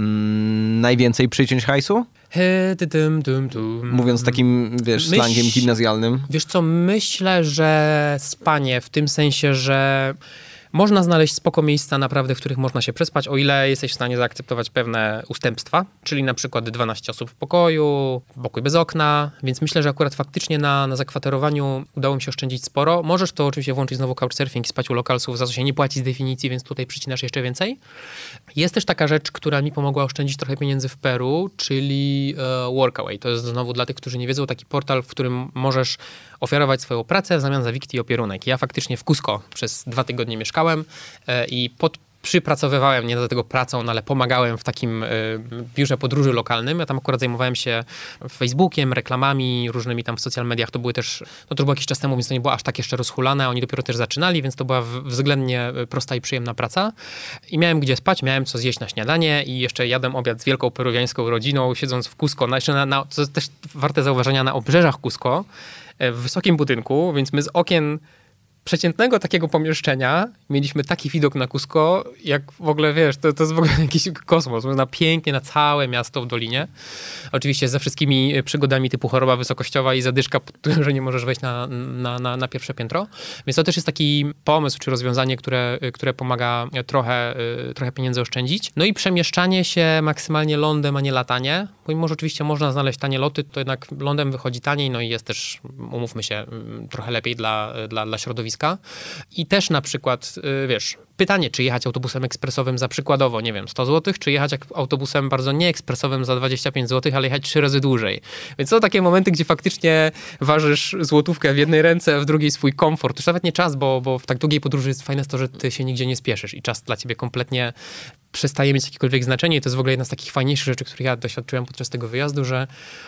mm, najwięcej przyciąć hajsu? He, ty, tym, tym, tym. Mówiąc takim, wiesz, Myśl, slangiem gimnazjalnym. Wiesz co, myślę, że spanie w tym sensie, że można znaleźć spoko miejsca naprawdę, w których można się przespać, o ile jesteś w stanie zaakceptować pewne ustępstwa, czyli na przykład dwanaście osób w pokoju, pokój bez okna, więc myślę, że akurat faktycznie na, na zakwaterowaniu udało mi się oszczędzić sporo. Możesz to oczywiście włączyć znowu couchsurfing i spać u lokalsów, za co się nie płaci z definicji, więc tutaj przycinasz jeszcze więcej. Jest też taka rzecz, która mi pomogła oszczędzić trochę pieniędzy w Peru, czyli e, Workaway. To jest znowu dla tych, którzy nie wiedzą, taki portal, w którym możesz ofiarować swoją pracę w zamian za wikty i opierunek. Ja faktycznie w Cusco przez dwa tygodnie mieszkałem e, i pod przypracowywałem, nie do tego pracą, no ale pomagałem w takim y, biurze podróży lokalnym. Ja tam akurat zajmowałem się Facebookiem, reklamami, różnymi tam w social mediach. To były też, no to było jakiś czas temu, więc to nie było aż tak jeszcze rozhulane. Oni dopiero też zaczynali, więc to była w, względnie prosta i przyjemna praca. I miałem gdzie spać, miałem co zjeść na śniadanie i jeszcze jadłem obiad z wielką peruwiańską rodziną, siedząc w Cusco. No jeszcze na, na, to jest też warte zauważenia, na obrzeżach Cusco, w wysokim budynku, więc my z okien przeciętnego takiego pomieszczenia mieliśmy taki widok na Cusco, jak w ogóle, wiesz, to, to jest w ogóle jakiś kosmos. Można pięknie na całe miasto w dolinie. Oczywiście ze wszystkimi przygodami typu choroba wysokościowa i zadyszka, że nie możesz wejść na, na, na, na pierwsze piętro. Więc to też jest taki pomysł czy rozwiązanie, które, które pomaga trochę, trochę pieniędzy oszczędzić. No i przemieszczanie się maksymalnie lądem, a nie latanie. Pomimo, że oczywiście można znaleźć tanie loty, to jednak lądem wychodzi taniej, no i jest też, umówmy się, trochę lepiej dla, dla, dla środowiska. I też na przykład, wiesz, pytanie, czy jechać autobusem ekspresowym za przykładowo, nie wiem, sto złotych, czy jechać autobusem bardzo nieekspresowym za dwadzieścia pięć złotych, ale jechać trzy razy dłużej. Więc są takie momenty, gdzie faktycznie ważysz złotówkę w jednej ręce, a w drugiej swój komfort. To już nawet nie czas, bo, bo w tak długiej podróży jest fajne to, że ty się nigdzie nie spieszysz i czas dla ciebie kompletnie przestaje mieć jakiekolwiek znaczenie. I to jest w ogóle jedna z takich fajniejszych rzeczy, których ja doświadczyłem podczas tego wyjazdu, że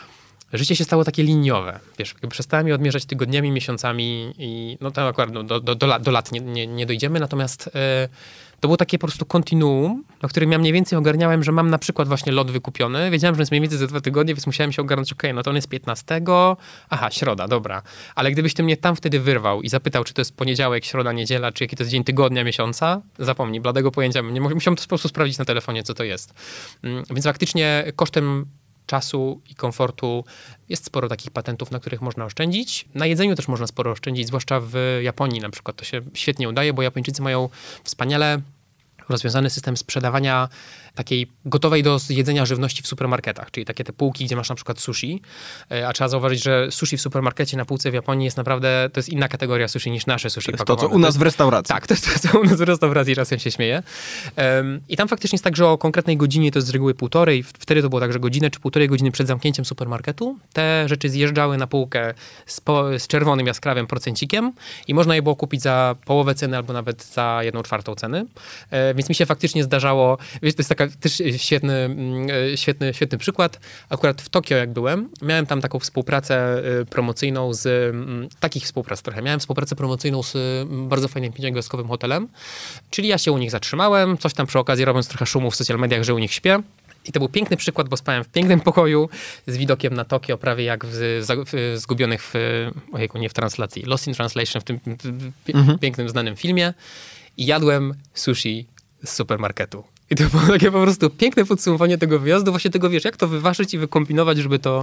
życie się stało takie liniowe. Wiesz, przestałem je odmierzać tygodniami, miesiącami i no tam akurat no, do, do, do, lat, do lat nie, nie, nie dojdziemy, natomiast y, to było takie po prostu kontinuum, na którym ja mniej więcej ogarniałem, że mam na przykład właśnie lot wykupiony. Wiedziałem, że jest mniej więcej za dwa tygodnie, więc musiałem się ogarnąć, okej, okay, no to on jest piętnastego, aha, środa, dobra. Ale gdybyś ty mnie tam wtedy wyrwał i zapytał, czy to jest poniedziałek, środa, niedziela, czy jaki to jest dzień tygodnia, miesiąca, zapomnij, bladego pojęcia. Nie musiałem to po prostu sprawdzić na telefonie, co to jest. Mm, więc faktycznie kosztem czasu i komfortu jest sporo takich patentów, na których można oszczędzić. Na jedzeniu też można sporo oszczędzić, zwłaszcza w Japonii na przykład. To się świetnie udaje, bo Japończycy mają wspaniale rozwiązany system sprzedawania takiej gotowej do jedzenia żywności w supermarketach, czyli takie te półki, gdzie masz na przykład sushi, a trzeba zauważyć, że sushi w supermarkecie na półce w Japonii jest naprawdę, to jest inna kategoria sushi niż nasze sushi. To jest to, co u nas w restauracji. Tak, to jest to, co u nas w restauracji, czasem się śmieję. Um, I tam faktycznie jest tak, że o konkretnej godzinie to jest z reguły półtorej, wtedy to było tak, że godzinę czy półtorej godziny przed zamknięciem supermarketu te rzeczy zjeżdżały na półkę z, po, z czerwonym jaskrawym procencikiem i można je było kupić za połowę ceny albo nawet za jedną czwartą ceny. E, więc mi się faktycznie zdarzało, wiesz, to jest taka też świetny, świetny, świetny przykład. Akurat w Tokio jak byłem, miałem tam taką współpracę promocyjną z, takich współprac trochę, miałem współpracę promocyjną z bardzo fajnym pięciogwiazdkowym hotelem, czyli ja się u nich zatrzymałem, coś tam przy okazji robiąc trochę szumu w social mediach, że u nich śpię. I to był piękny przykład, bo spałem w pięknym pokoju z widokiem na Tokio, prawie jak w, w Zgubionych w, ojejku, nie w translacji, Lost in Translation, w tym p- mhm. pięknym, znanym filmie. I jadłem sushi z supermarketu. I to było takie po prostu piękne podsumowanie tego wyjazdu, właśnie tego, wiesz, jak to wyważyć i wykombinować, żeby to,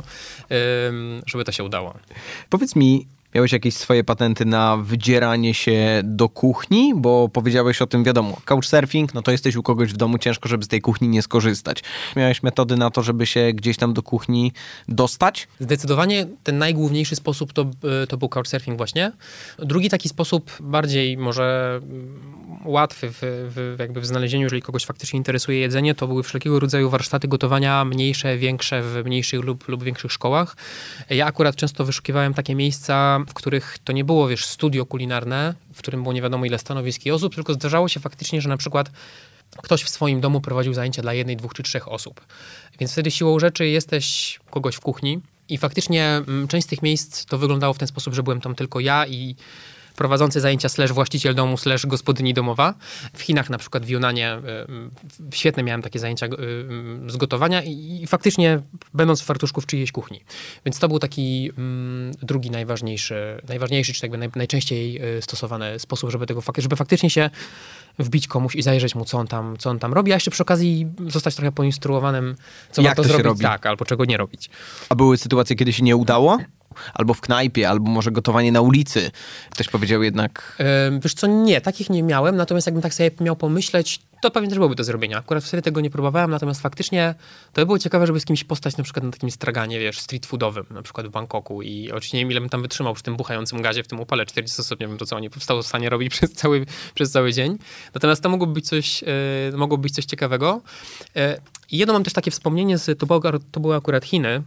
ym, żeby to się udało. Powiedz mi, miałeś jakieś swoje patenty na wydzieranie się do kuchni? Bo powiedziałeś o tym, wiadomo, couchsurfing, no to jesteś u kogoś w domu, ciężko, żeby z tej kuchni nie skorzystać. Miałeś metody na to, żeby się gdzieś tam do kuchni dostać? Zdecydowanie ten najgłówniejszy sposób to, to był couchsurfing właśnie. Drugi taki sposób, bardziej może łatwy w, w, jakby w znalezieniu, jeżeli kogoś faktycznie interesuje jedzenie, to były wszelkiego rodzaju warsztaty gotowania, mniejsze, większe, w mniejszych lub, lub większych szkołach. Ja akurat często wyszukiwałem takie miejsca, w których to nie było, wiesz, studio kulinarne, w którym było nie wiadomo ile stanowisk i osób, tylko zdarzało się faktycznie, że na przykład ktoś w swoim domu prowadził zajęcia dla jednej, dwóch czy trzech osób. Więc wtedy siłą rzeczy jesteś kogoś w kuchni i faktycznie m, część z tych miejsc to wyglądało w ten sposób, że byłem tam tylko ja i prowadzący zajęcia slash właściciel domu slash gospodyni domowa. W Chinach, na przykład w Junanie, świetne miałem takie zajęcia z gotowania i, i faktycznie będąc w fartuszku w czyjejś kuchni. Więc to był taki mm, drugi najważniejszy, najważniejszy, czy jakby naj, najczęściej stosowany sposób, żeby tego żeby faktycznie się wbić komuś i zajrzeć mu, co on tam, co on tam robi, a jeszcze przy okazji zostać trochę poinstruowanym, co Jak warto to się zrobić, robi? tak, albo czego nie robić. A były sytuacje, kiedy się nie udało? Albo w knajpie, albo może gotowanie na ulicy. Ktoś powiedział jednak... Yy, wiesz co, nie, takich nie miałem, natomiast jakbym tak sobie miał pomyśleć, to pewnie też byłoby do zrobienia. Akurat wtedy tego nie próbowałem, natomiast faktycznie to by było ciekawe, żeby z kimś postać na przykład na takim straganie, wiesz, street foodowym, na przykład w Bangkoku i oczywiście nie wiem, ile bym tam wytrzymał przy tym buchającym gazie, w tym upale czterdziestostopniowym, to co oni powstało w stanie robić przez cały, przez cały dzień. Natomiast to mogłoby być coś, yy, mogłoby być coś ciekawego. Yy, jedno mam też takie wspomnienie, z, to, było, to były akurat Chiny.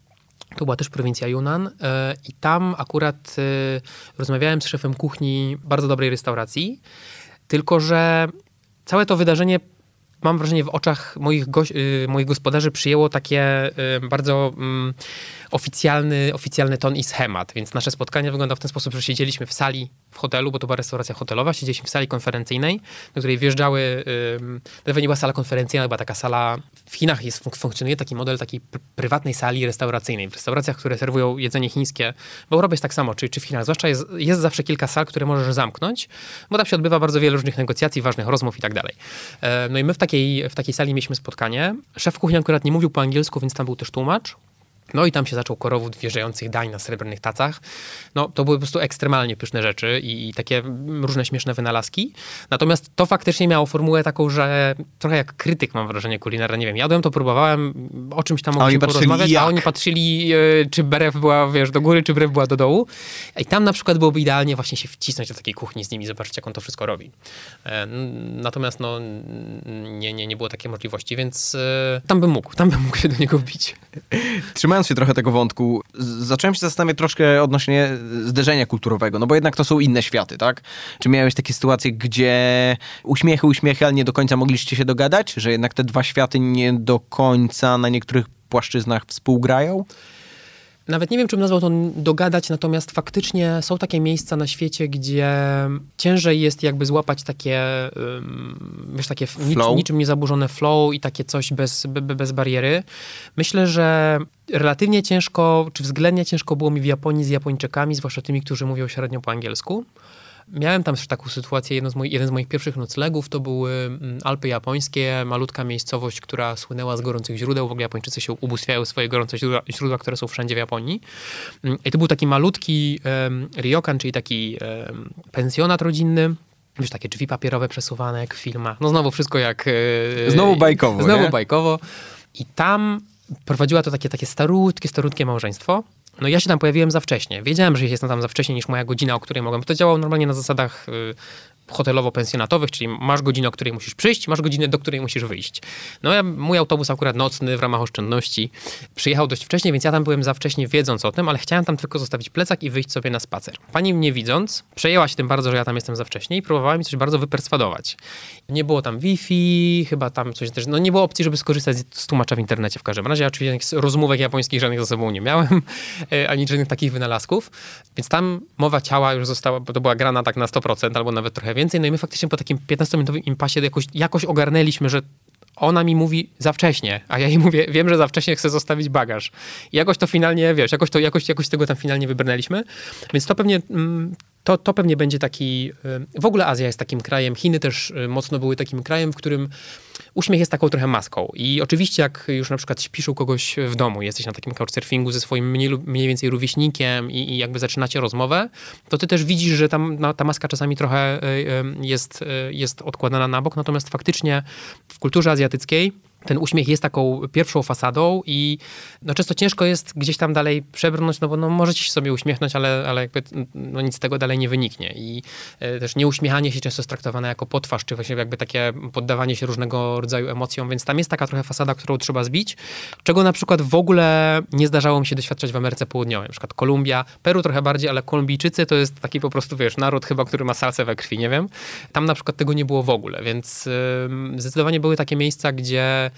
To była też prowincja Yunnan yy, i tam akurat yy, rozmawiałem z szefem kuchni bardzo dobrej restauracji, tylko że całe to wydarzenie, mam wrażenie, w oczach moich, goś- yy, moich gospodarzy przyjęło takie yy, bardzo yy, oficjalny, oficjalny ton i schemat. Więc nasze spotkanie wyglądało w ten sposób, że siedzieliśmy w sali w hotelu, bo to była restauracja hotelowa, siedzieliśmy w sali konferencyjnej, do której wjeżdżały, yy, to nie była sala konferencyjna, była taka sala, w Chinach jest, funkcjonuje taki model takiej pr- prywatnej sali restauracyjnej. W restauracjach, które serwują jedzenie chińskie, w Europie jest tak samo, czy, czy w Chinach, zwłaszcza jest, jest zawsze kilka sal, które możesz zamknąć, bo tam się odbywa bardzo wiele różnych negocjacji, ważnych rozmów i tak dalej. Yy, no i my w takiej, w takiej sali mieliśmy spotkanie. Szef kuchni akurat nie mówił po angielsku, więc tam był też tłumacz. No i tam się zaczął korowód wjeżdżających dań na srebrnych tacach. No to były po prostu ekstremalnie pyszne rzeczy i, i takie różne śmieszne wynalazki. Natomiast to faktycznie miało formułę taką, że trochę jak krytyk, mam wrażenie, kulinarny. Nie wiem, jadłem to, próbowałem, o czymś tam mogliśmy porozmawiać, jak? a oni patrzyli, yy, czy brew była, wiesz, do góry, czy brew była do dołu. I tam na przykład byłoby idealnie właśnie się wcisnąć do takiej kuchni z nimi, zobaczyć, jak on to wszystko robi. E, natomiast no nie, nie, nie było takiej możliwości, więc e, tam bym mógł, tam bym mógł się do niego wbić. Trzymając się trochę tego wątku, z- zacząłem się zastanawiać troszkę odnośnie zderzenia kulturowego, no bo jednak to są inne światy, tak? Czy miałeś takie sytuacje, gdzie uśmiechy, uśmiechy, ale nie do końca mogliście się dogadać? Że jednak te dwa światy nie do końca na niektórych płaszczyznach współgrają? Nawet nie wiem, czym nazwał to dogadać, natomiast faktycznie są takie miejsca na świecie, gdzie ciężej jest jakby złapać takie, um, wiesz, takie nic, niczym niezaburzone flow i takie coś bez, be, bez bariery. Myślę, że relatywnie ciężko, czy względnie ciężko było mi w Japonii z Japończykami, zwłaszcza tymi, którzy mówią średnio po angielsku. Miałem tam też taką sytuację, jedno z moich, jeden z moich pierwszych noclegów to były Alpy japońskie, malutka miejscowość, która słynęła z gorących źródeł. W ogóle Japończycy się ubóstwiają swoje gorące źródła, źródła, które są wszędzie w Japonii. I to był taki malutki um, ryokan, czyli taki um, pensjonat rodzinny. Wiesz, takie drzwi papierowe przesuwane jak w filmach. No znowu wszystko jak... Yy, znowu bajkowo, Znowu nie? bajkowo. I tam prowadziła to takie, takie starutkie, starutkie małżeństwo. No ja się tam pojawiłem za wcześnie. Wiedziałem, że jestem tam za wcześnie niż moja godzina, o której mogłem. Bo to działało normalnie na zasadach y, hotelowo-pensjonatowych, czyli masz godzinę, o której musisz przyjść, masz godzinę, do której musisz wyjść. No ja, mój autobus akurat nocny w ramach oszczędności przyjechał dość wcześnie, więc ja tam byłem za wcześnie wiedząc o tym, ale chciałem tam tylko zostawić plecak i wyjść sobie na spacer. Pani mnie widząc, przejęła się tym bardzo, że ja tam jestem za wcześnie i próbowała mi coś bardzo wyperswadować. Nie było tam Wi-Fi, chyba tam coś też, no nie było opcji, żeby skorzystać z tłumacza w internecie w każdym razie. Ja oczywiście rozmówek japońskich żadnych ze sobą nie miałem, ani żadnych takich wynalazków, więc tam mowa ciała już została, bo to była grana tak na sto procent albo nawet trochę więcej. No i my faktycznie po takim piętnastominutowym impasie jakoś, jakoś ogarnęliśmy, że ona mi mówi za wcześnie, a ja jej mówię, wiem, że za wcześnie chcę zostawić bagaż. I jakoś to finalnie, wiesz, jakoś, to, jakoś, jakoś tego tam finalnie wybrnęliśmy. Więc to pewnie... Mm, To, to pewnie będzie taki... W ogóle Azja jest takim krajem, Chiny też mocno były takim krajem, w którym uśmiech jest taką trochę maską. I oczywiście jak już na przykład śpisz u kogoś w domu, jesteś na takim couchsurfingu ze swoim mniej, mniej więcej rówieśnikiem i, i jakby zaczynacie rozmowę, to ty też widzisz, że tam no, ta maska czasami trochę jest, jest odkładana na bok. Natomiast faktycznie w kulturze azjatyckiej ten uśmiech jest taką pierwszą fasadą i no często ciężko jest gdzieś tam dalej przebrnąć, no bo no możecie się sobie uśmiechnąć, ale, ale jakby no nic z tego dalej nie wyniknie. I e, też nieuśmiechanie się często jest traktowane jako potwarz, czy właśnie jakby takie poddawanie się różnego rodzaju emocjom, więc tam jest taka trochę fasada, którą trzeba zbić, czego na przykład w ogóle nie zdarzało mi się doświadczać w Ameryce Południowej. Na przykład Kolumbia, Peru trochę bardziej, ale Kolumbijczycy to jest taki po prostu, wiesz, naród chyba, który ma salsę we krwi, nie wiem. Tam na przykład tego nie było w ogóle, więc yy, zdecydowanie były takie miejsca, gdzie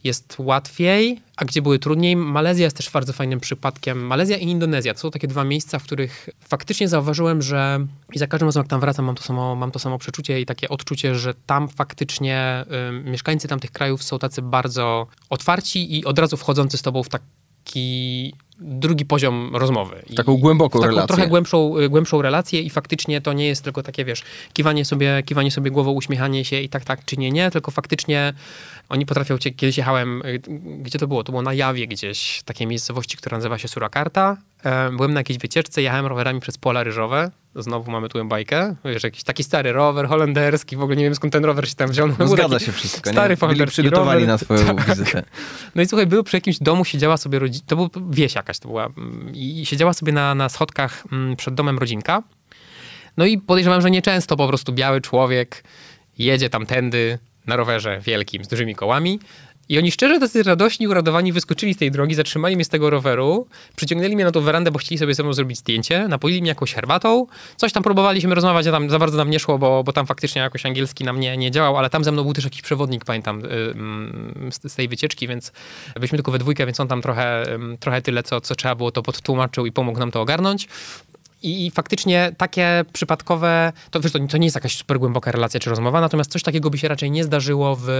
jest łatwiej, a gdzie były trudniej. Malezja jest też bardzo fajnym przypadkiem. Malezja i Indonezja to są takie dwa miejsca, w których faktycznie zauważyłem, że i za każdym razem jak tam wracam, mam to samo, mam to samo przeczucie i takie odczucie, że tam faktycznie y, mieszkańcy tamtych krajów są tacy bardzo otwarci i od razu wchodzący z tobą w taki drugi poziom rozmowy. I taką głęboką taką relację. Trochę głębszą, głębszą relację i faktycznie to nie jest tylko takie, wiesz, kiwanie sobie, kiwanie sobie głową, uśmiechanie się i tak, tak, czy nie, nie, tylko faktycznie oni potrafią cię, kiedyś jechałem, gdzie to było? To było na Jawie gdzieś, takiej miejscowości, która nazywa się Surakarta. Byłem na jakiejś wycieczce, jechałem rowerami przez pola ryżowe. Znowu mamy tu bajkę. Wiesz, jakiś taki stary rower holenderski, w ogóle nie wiem skąd ten rower się tam wziął. No zgadza się wszystko, stary nie? Byli przygotowani rower. na twoją tak. wizytę. No i słuchaj, był przy jakimś domu, siedziała sobie rodzina, to była wieś jakaś to była i siedziała sobie na, na schodkach przed domem rodzinka. No i podejrzewam, że nieczęsto po prostu biały człowiek jedzie tamtędy na rowerze wielkim z dużymi kołami. I oni szczerze tacy radośni, uradowani wyskoczyli z tej drogi, zatrzymali mnie z tego roweru, przyciągnęli mnie na tą werandę, bo chcieli sobie ze mną zrobić zdjęcie, napoili mnie jakąś herbatą, coś tam próbowaliśmy rozmawiać, a tam za bardzo nam nie szło, bo, bo tam faktycznie jakoś angielski na mnie nie działał, ale tam ze mną był też jakiś przewodnik, pamiętam, yy, z, z tej wycieczki, więc byliśmy tylko we dwójkę, więc on tam trochę, yy, trochę tyle, co, co trzeba było, to podtłumaczył i pomógł nam to ogarnąć. I faktycznie takie przypadkowe, to wiesz, to, to nie jest jakaś super głęboka relacja czy rozmowa, natomiast coś takiego by się raczej nie zdarzyło w,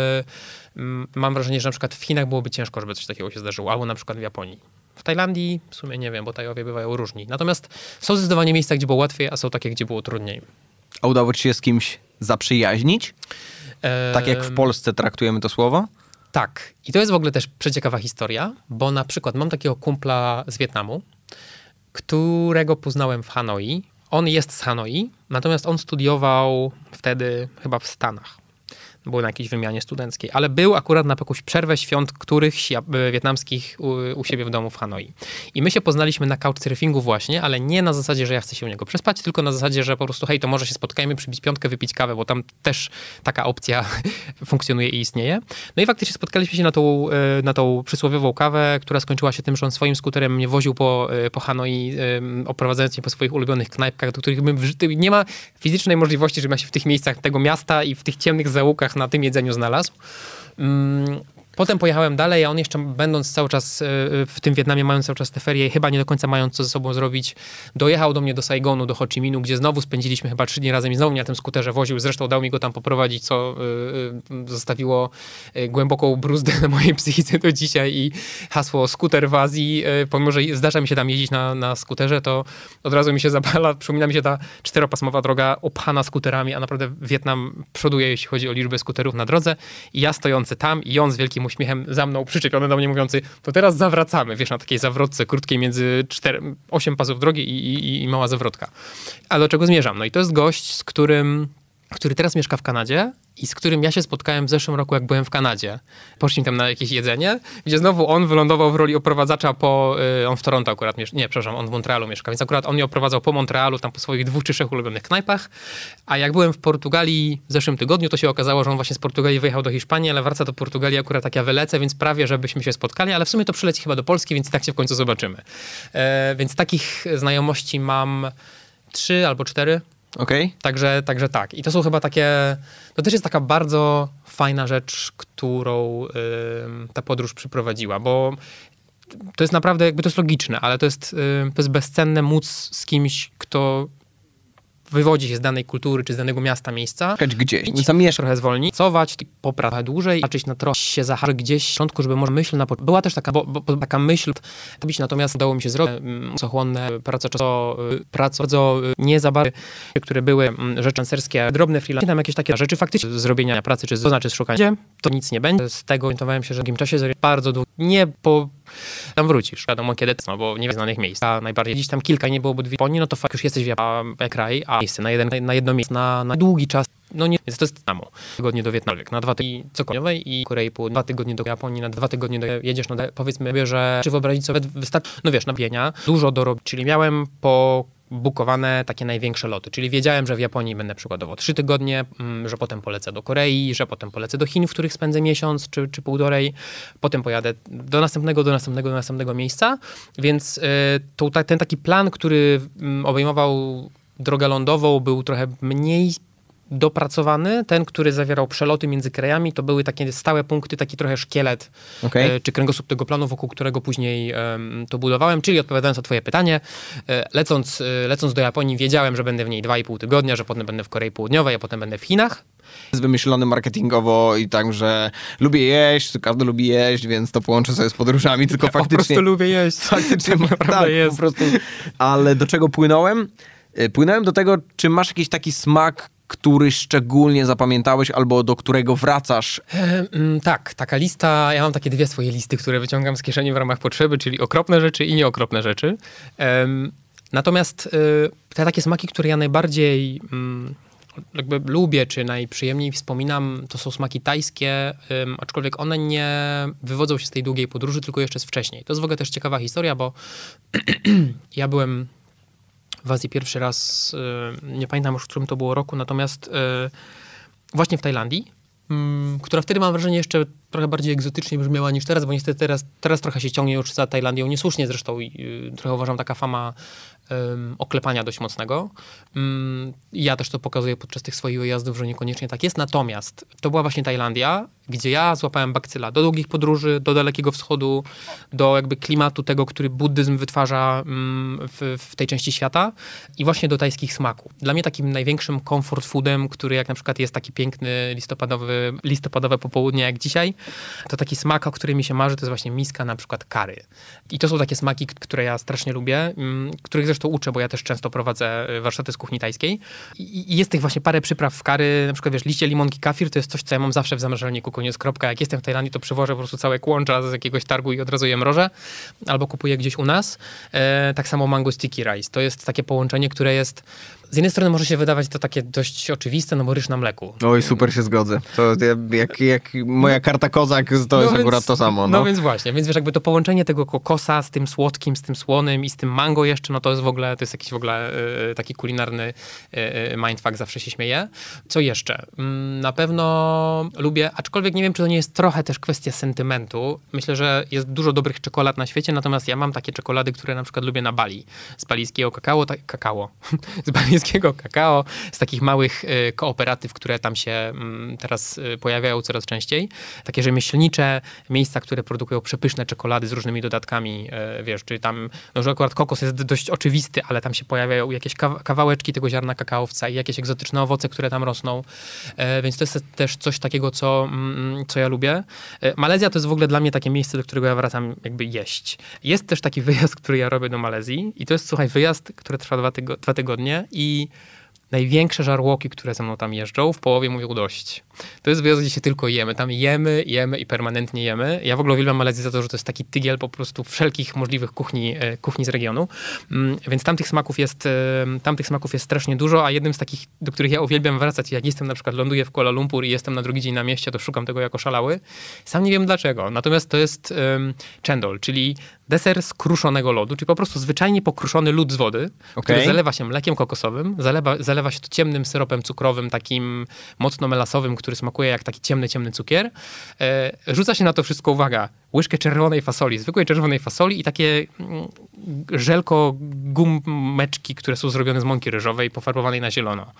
mam wrażenie, że na przykład w Chinach byłoby ciężko, żeby coś takiego się zdarzyło, albo na przykład w Japonii. W Tajlandii w sumie nie wiem, bo Tajowie bywają różni. Natomiast są zdecydowanie miejsca, gdzie było łatwiej, a są takie, gdzie było trudniej. A udało ci się z kimś zaprzyjaźnić? Eee... Tak jak w Polsce traktujemy to słowo? Tak. I to jest w ogóle też przeciekawa historia, bo na przykład mam takiego kumpla z Wietnamu, którego poznałem w Hanoi. On jest z Hanoi, natomiast on studiował wtedy chyba w Stanach. Był na jakiejś wymianie studenckiej, ale był akurat na jakąś przerwę świąt którychś wietnamskich u, u siebie w domu w Hanoi. I my się poznaliśmy na couchsurfingu właśnie, ale nie na zasadzie, że ja chcę się u niego przespać, tylko na zasadzie, że po prostu hej, to może się spotkajmy, przybić piątkę, wypić kawę, bo tam też taka opcja funkcjonuje i istnieje. No i faktycznie spotkaliśmy się na tą, na tą przysłowiową kawę, która skończyła się tym, że on swoim skuterem mnie woził po, po Hanoi, oprowadzając mnie po swoich ulubionych knajpkach, do których bym, nie ma fizycznej możliwości, żebym się w tych miejscach tego miasta i w tych ciemnych zaułkach na tym jedzeniu znalazł. Potem pojechałem dalej, a on jeszcze będąc cały czas w tym Wietnamie, mając cały czas te ferie, chyba nie do końca mając co ze sobą zrobić, dojechał do mnie do Saigonu, do Ho Chi Minhu, gdzie znowu spędziliśmy chyba trzy dni razem i znowu mnie na tym skuterze woził. Zresztą dał mi go tam poprowadzić, co y, y, zostawiło głęboką bruzdę na mojej psychice do dzisiaj i hasło skuter w Azji, y, pomimo, że zdarza mi się tam jeździć na, na skuterze, to od razu mi się zapala, przypomina mi się ta czteropasmowa droga opchana skuterami, a naprawdę Wietnam przoduje, jeśli chodzi o liczbę skuterów na drodze i ja stojący tam i on z wielkim uśmiechem za mną przyczepiony do mnie mówiący, to teraz zawracamy, wiesz, na takiej zawrotce krótkiej między cztery, osiem pasów drogi i, i, i mała zawrotka. Ale do czego zmierzam? No i to jest gość, z którym, który teraz mieszka w Kanadzie i z którym ja się spotkałem w zeszłym roku, jak byłem w Kanadzie. Poszliśmy tam na jakieś jedzenie, gdzie znowu on wylądował w roli oprowadzacza po... Yy, on w Toronto akurat mieszka. Nie, przepraszam, on w Montrealu mieszka, więc akurat on mnie oprowadzał po Montrealu, tam po swoich dwóch czy trzech ulubionych knajpach. A jak byłem w Portugalii w zeszłym tygodniu, to się okazało, że on właśnie z Portugalii wyjechał do Hiszpanii, ale wraca do Portugalii akurat tak ja wylecę, więc prawie, żebyśmy się spotkali, ale w sumie to przyleci chyba do Polski, więc i tak się w końcu zobaczymy. Yy, więc takich znajomości mam trzy albo cztery. Okej. Okay. Także, także tak. I to są chyba takie... To też jest taka bardzo fajna rzecz, którą y, ta podróż przyprowadziła, bo to jest naprawdę, jakby to jest logiczne, ale to jest, y, to jest bezcenne móc z kimś, kto wywodzi się z danej kultury, czy z danego miasta, miejsca. Gdzieś, zamieszkać, trochę zwolnić, pracować, poprać trochę dłużej, patrzeć na trochę się zahaczyć gdzieś w początku, żeby może myśl na początku. Była też taka, bo, bo, taka myśl, robić, natomiast udało mi się zrobić czasochłonne, prace czasowo, prace bardzo nie za bardzo, które były rzeczy cancerskie, drobne freelance, tam jakieś takie rzeczy faktycznie zrobienia pracy, czy to znaczy szukania, to nic nie będzie. Z tego orientowałem się, że w takim czasie bardzo długo, nie po... Tam wrócisz, wiadomo kiedy, no bo nie w znanych miejsc, a najbardziej gdzieś tam kilka, nie byłoby dwie Japonii, no to fakt już jesteś w Japonii, kraj, a miejsce na, jeden, na jedno miejsce, na, na długi czas, no nie, więc to jest samo. Tygodnie do Wietnamu, na dwa tygodnie cokolwiek i Korei Południowej, dwa tygodnie do Japonii, na dwa tygodnie do, jedziesz, no powiedzmy, że czy wyobrazić sobie wystarczy, no wiesz, napienia, dużo dorobić, czyli miałem po bukowane takie największe loty, czyli wiedziałem, że w Japonii będę przykładowo trzy tygodnie, że potem polecę do Korei, że potem polecę do Chin, w których spędzę miesiąc czy, czy półtorej, potem pojadę do następnego, do następnego, do następnego miejsca, więc y, to, ten taki plan, który obejmował drogę lądową, był trochę mniej dopracowany, ten, który zawierał przeloty między krajami, to były takie stałe punkty, taki trochę szkielet, Okay. e, czy kręgosłup tego planu, wokół którego później e, to budowałem, czyli odpowiadając na twoje pytanie, e, lecąc, e, lecąc do Japonii wiedziałem, że będę w niej dwa i pół tygodnia, że potem będę w Korei Południowej, a potem będę w Chinach. Jest wymyślony marketingowo i tak, że lubię jeść, każdy lubi jeść, więc to połączę sobie z podróżami, tylko Ja faktycznie... po prostu lubię jeść. Faktycznie, naprawdę tak, jest. po prostu. Ale do czego płynąłem? Płynąłem do tego, czy masz jakiś taki smak, który szczególnie zapamiętałeś albo do którego wracasz? E, mm, tak, taka lista, ja mam takie dwie swoje listy, które wyciągam z kieszeni w ramach potrzeby, czyli okropne rzeczy i nieokropne rzeczy. Em, natomiast e, te takie smaki, które ja najbardziej mm, jakby lubię, czy najprzyjemniej wspominam, to są smaki tajskie, um, aczkolwiek one nie wywodzą się z tej długiej podróży, tylko jeszcze z wcześniej. To jest w ogóle też ciekawa historia, bo ja byłem w Azji pierwszy raz, y, nie pamiętam już w którym to było roku, natomiast y, właśnie w Tajlandii, y, która wtedy mam wrażenie jeszcze trochę bardziej egzotycznie brzmiała niż teraz, bo niestety teraz, teraz trochę się ciągnie już za Tajlandią, niesłusznie zresztą, y, trochę uważam taka fama Um, oklepania dość mocnego. Um, ja też to pokazuję podczas tych swoich wyjazdów, że niekoniecznie tak jest. Natomiast to była właśnie Tajlandia, gdzie ja złapałem bakcyla do długich podróży, do Dalekiego Wschodu, do jakby klimatu tego, który buddyzm wytwarza um, w, w tej części świata i właśnie do tajskich smaków. Dla mnie takim największym comfort foodem, który jak na przykład jest taki piękny listopadowy, listopadowe popołudnie jak dzisiaj, to taki smak, o którym mi się marzy, to jest właśnie miska na przykład curry. I to są takie smaki, które ja strasznie lubię, um, których zresztą uczę, bo ja też często prowadzę warsztaty z kuchni tajskiej. I, i jest tych właśnie parę przypraw w curry, na przykład wiesz, liście limonki kafir, to jest coś, co ja mam zawsze w zamrażalniku, koniec kropka. Jak jestem w Tajlandii, to przywożę po prostu całe kłącza z jakiegoś targu i od razu je mrożę, albo kupuję gdzieś u nas. E, tak samo mango sticky rice. To jest takie połączenie, które jest z jednej strony może się wydawać to takie dość oczywiste, no bo ryż na mleku. Oj, super się zgodzę. To jak, jak moja karta kozak, to no jest więc, akurat to samo. No. no więc właśnie, więc wiesz, jakby to połączenie tego kokosa z tym słodkim, z tym słonym i z tym mango jeszcze, no to jest w ogóle, to jest jakiś w ogóle y, taki kulinarny y, mindfuck, zawsze się śmieję. Co jeszcze? Mm, na pewno lubię, aczkolwiek nie wiem, czy to nie jest trochę też kwestia sentymentu. Myślę, że jest dużo dobrych czekolad na świecie, natomiast ja mam takie czekolady, które na przykład lubię na Bali. Z balijskiego kakao, ta, kakao. z balijskiego kakao, z takich małych y, kooperatyw, które tam się y, teraz y, pojawiają coraz częściej. Takie rzemieślnicze miejsca, które produkują przepyszne czekolady z różnymi dodatkami, y, wiesz, czyli tam, no że akurat kokos jest dość oczywisty, ale tam się pojawiają jakieś kawałeczki tego ziarna kakaowca i jakieś egzotyczne owoce, które tam rosną. Y, więc to jest też coś takiego, co, y, co ja lubię. Y, Malezja to jest w ogóle dla mnie takie miejsce, do którego ja wracam jakby jeść. Jest też taki wyjazd, który ja robię do Malezji i to jest, słuchaj, wyjazd, który trwa dwa, tygo- dwa tygodnie i największe żarłoki, które ze mną tam jeżdżą, w połowie mówią dość. To jest wyjazd, gdzie się tylko jemy. Tam jemy, jemy i permanentnie jemy. Ja w ogóle uwielbiam Malezję za to, że to jest taki tygiel po prostu wszelkich możliwych kuchni, kuchni z regionu. Więc tamtych smaków jest, tamtych smaków jest strasznie dużo, a jednym z takich, do których ja uwielbiam wracać, jak jestem na przykład, ląduję w Kuala Lumpur i jestem na drugi dzień na mieście, to szukam tego jako szalały. Sam nie wiem dlaczego. Natomiast to jest um, chendol, czyli deser z kruszonego lodu, czyli po prostu zwyczajnie pokruszony lód z wody, okay. który zalewa się mlekiem kokosowym, zalewa, zalewa się to ciemnym syropem cukrowym, takim mocno melasowym, który smakuje jak taki ciemny, ciemny cukier. E, rzuca się na to wszystko, uwaga, łyżkę czerwonej fasoli, zwykłej czerwonej fasoli i takie mm, żelko gumeczki, które są zrobione z mąki ryżowej, pofarbowanej na zielono.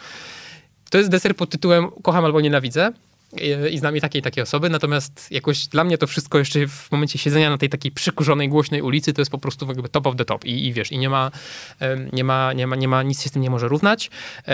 To jest deser pod tytułem kocham albo nienawidzę. I znam i takie i takie osoby, natomiast jakoś dla mnie to wszystko jeszcze w momencie siedzenia na tej takiej przykurzonej, głośnej ulicy to jest po prostu jakby top of the top i, i wiesz, i nie ma, nie ma, nie ma, nie ma, nic się z tym nie może równać.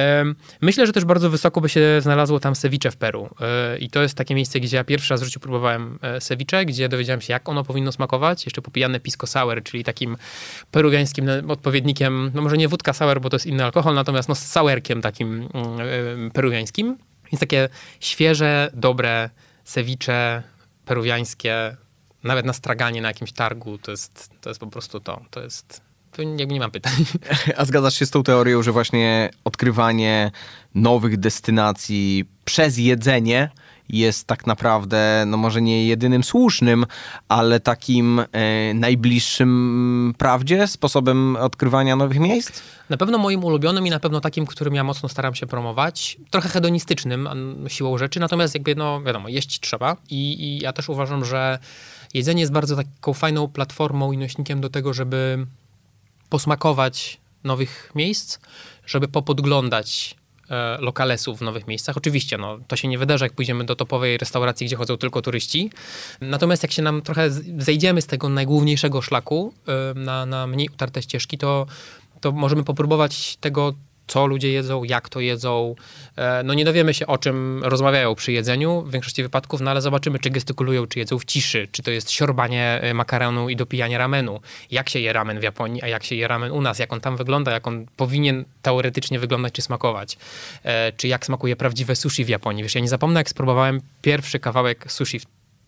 Myślę, że też bardzo wysoko by się znalazło tam ceviche w Peru i to jest takie miejsce, gdzie ja pierwszy raz w życiu próbowałem ceviche, gdzie dowiedziałem się, jak ono powinno smakować, jeszcze popijane pisco sour, czyli takim peruwiańskim odpowiednikiem, no może nie wódka sour, bo to jest inny alkohol, natomiast no z sourkiem takim peruwiańskim. Więc takie świeże, dobre ceviche peruwiańskie, nawet na straganie na jakimś targu, to jest, to jest po prostu to. To jest, to jakby nie mam pytań. A zgadzasz się z tą teorią, że właśnie odkrywanie nowych destynacji przez jedzenie jest tak naprawdę, no może nie jedynym słusznym, ale takim e, najbliższym prawdzie sposobem odkrywania nowych miejsc? Na pewno moim ulubionym i na pewno takim, którym ja mocno staram się promować. Trochę hedonistycznym siłą rzeczy, natomiast jakby, no wiadomo, jeść trzeba. I, i ja też uważam, że jedzenie jest bardzo taką fajną platformą i nośnikiem do tego, żeby posmakować nowych miejsc, żeby popodglądać e, lokalesów w nowych miejscach. Oczywiście, no, to się nie wydarza, jak pójdziemy do topowej restauracji, gdzie chodzą tylko turyści. Natomiast jak się nam trochę zejdziemy z tego najgłówniejszego szlaku e, na, na mniej utarte ścieżki, to, to możemy popróbować tego, co ludzie jedzą, jak to jedzą. No nie dowiemy się, o czym rozmawiają przy jedzeniu w większości wypadków, no ale zobaczymy, czy gestykulują, czy jedzą w ciszy, czy to jest siorbanie makaronu i dopijanie ramenu. Jak się je ramen w Japonii, a jak się je ramen u nas, jak on tam wygląda, jak on powinien teoretycznie wyglądać, czy smakować. Czy jak smakuje prawdziwe sushi w Japonii. Wiesz, ja nie zapomnę, jak spróbowałem pierwszy kawałek sushi, w,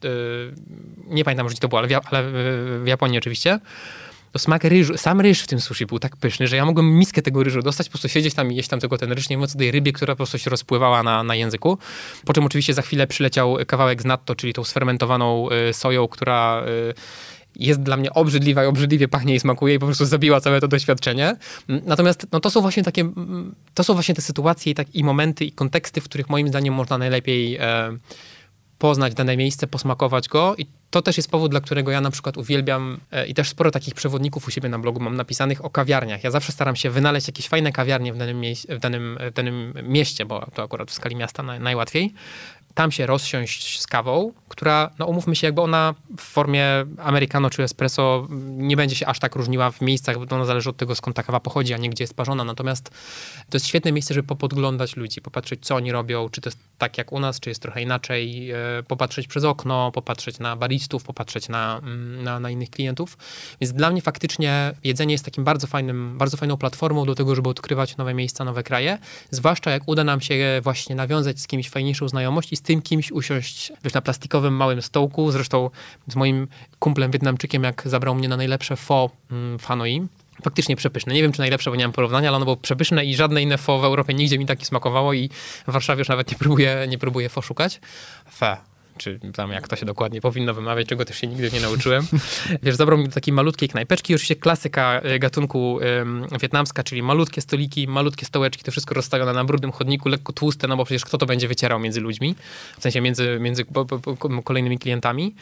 nie pamiętam, gdzie to było, ale w, ale w Japonii oczywiście. To smak ryżu, sam ryż w tym sushi był tak pyszny, że ja mogłem miskę tego ryżu dostać, po prostu siedzieć tam i jeść tam tylko ten ryż, nie mówiąc o tej rybie, która po prostu się rozpływała na, na języku. Po czym oczywiście za chwilę przyleciał kawałek z natto, czyli tą sfermentowaną y, soją, która y, jest dla mnie obrzydliwa i obrzydliwie pachnie i smakuje i po prostu zabiła całe to doświadczenie. Natomiast no, to są właśnie takie, to są właśnie te sytuacje i, tak, i momenty i konteksty, w których moim zdaniem można najlepiej e, poznać dane miejsce, posmakować go i to też jest powód, dla którego ja na przykład uwielbiam e, i też sporo takich przewodników u siebie na blogu mam napisanych o kawiarniach. Ja zawsze staram się wynaleźć jakieś fajne kawiarnie w danym, mie- w danym, w danym mieście, bo to akurat w skali miasta na, najłatwiej. Tam się rozsiąść z kawą, która, no umówmy się, jakby ona w formie americano czy espresso nie będzie się aż tak różniła w miejscach, bo ona zależy od tego, skąd ta kawa pochodzi, a nie gdzie jest parzona. Natomiast to jest świetne miejsce, żeby popodglądać ludzi, popatrzeć, co oni robią, czy to jest tak jak u nas, czy jest trochę inaczej, popatrzeć przez okno, popatrzeć na baristów, popatrzeć na, na, na innych klientów. Więc dla mnie faktycznie jedzenie jest takim bardzo fajnym, bardzo fajną platformą do tego, żeby odkrywać nowe miejsca, nowe kraje. Zwłaszcza jak uda nam się właśnie nawiązać z kimś fajniejszą znajomość i z tym kimś usiąść, wiesz, na plastikowym małym stołku. Zresztą z moim kumplem Wietnamczykiem, jak zabrał mnie na najlepsze pho w Hanoi. Faktycznie przepyszne. Nie wiem, czy najlepsze, bo nie mam porównania, ale ono było przepyszne i żadne inne pho w Europie nigdzie mi tak nie smakowało i w Warszawie już nawet nie próbuję, nie próbuję pho szukać. Pho. Czy tam jak to się dokładnie powinno wymawiać, czego też się nigdy nie nauczyłem. Wiesz, zabrał mi do takiej malutkiej knajpeczki, oczywiście klasyka gatunku ym, wietnamska, czyli malutkie stoliki, malutkie stołeczki, to wszystko rozstawione na brudnym chodniku, lekko tłuste, no bo przecież kto to będzie wycierał między ludźmi, w sensie między, między po, po, po, kolejnymi klientami.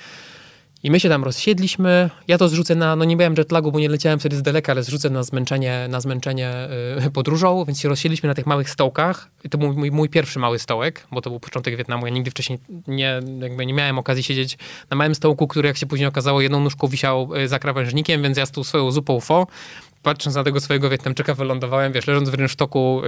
I my się tam rozsiedliśmy. Ja to zrzucę na, no nie miałem jetlagu, bo nie leciałem wtedy z daleka, ale zrzucę na zmęczenie, na zmęczenie yy, podróżą, więc się rozsiedliśmy na tych małych stołkach. I to był mój, mój pierwszy mały stołek, bo to był początek Wietnamu. Ja nigdy wcześniej nie, jakby nie miałem okazji siedzieć na małym stołku, który, jak się później okazało, jedną nóżką wisiał yy, za krawężnikiem, więc ja z tą swoją zupą pho, patrząc na tego swojego Wietnamczyka, wylądowałem, wiesz, leżąc w rynsztoku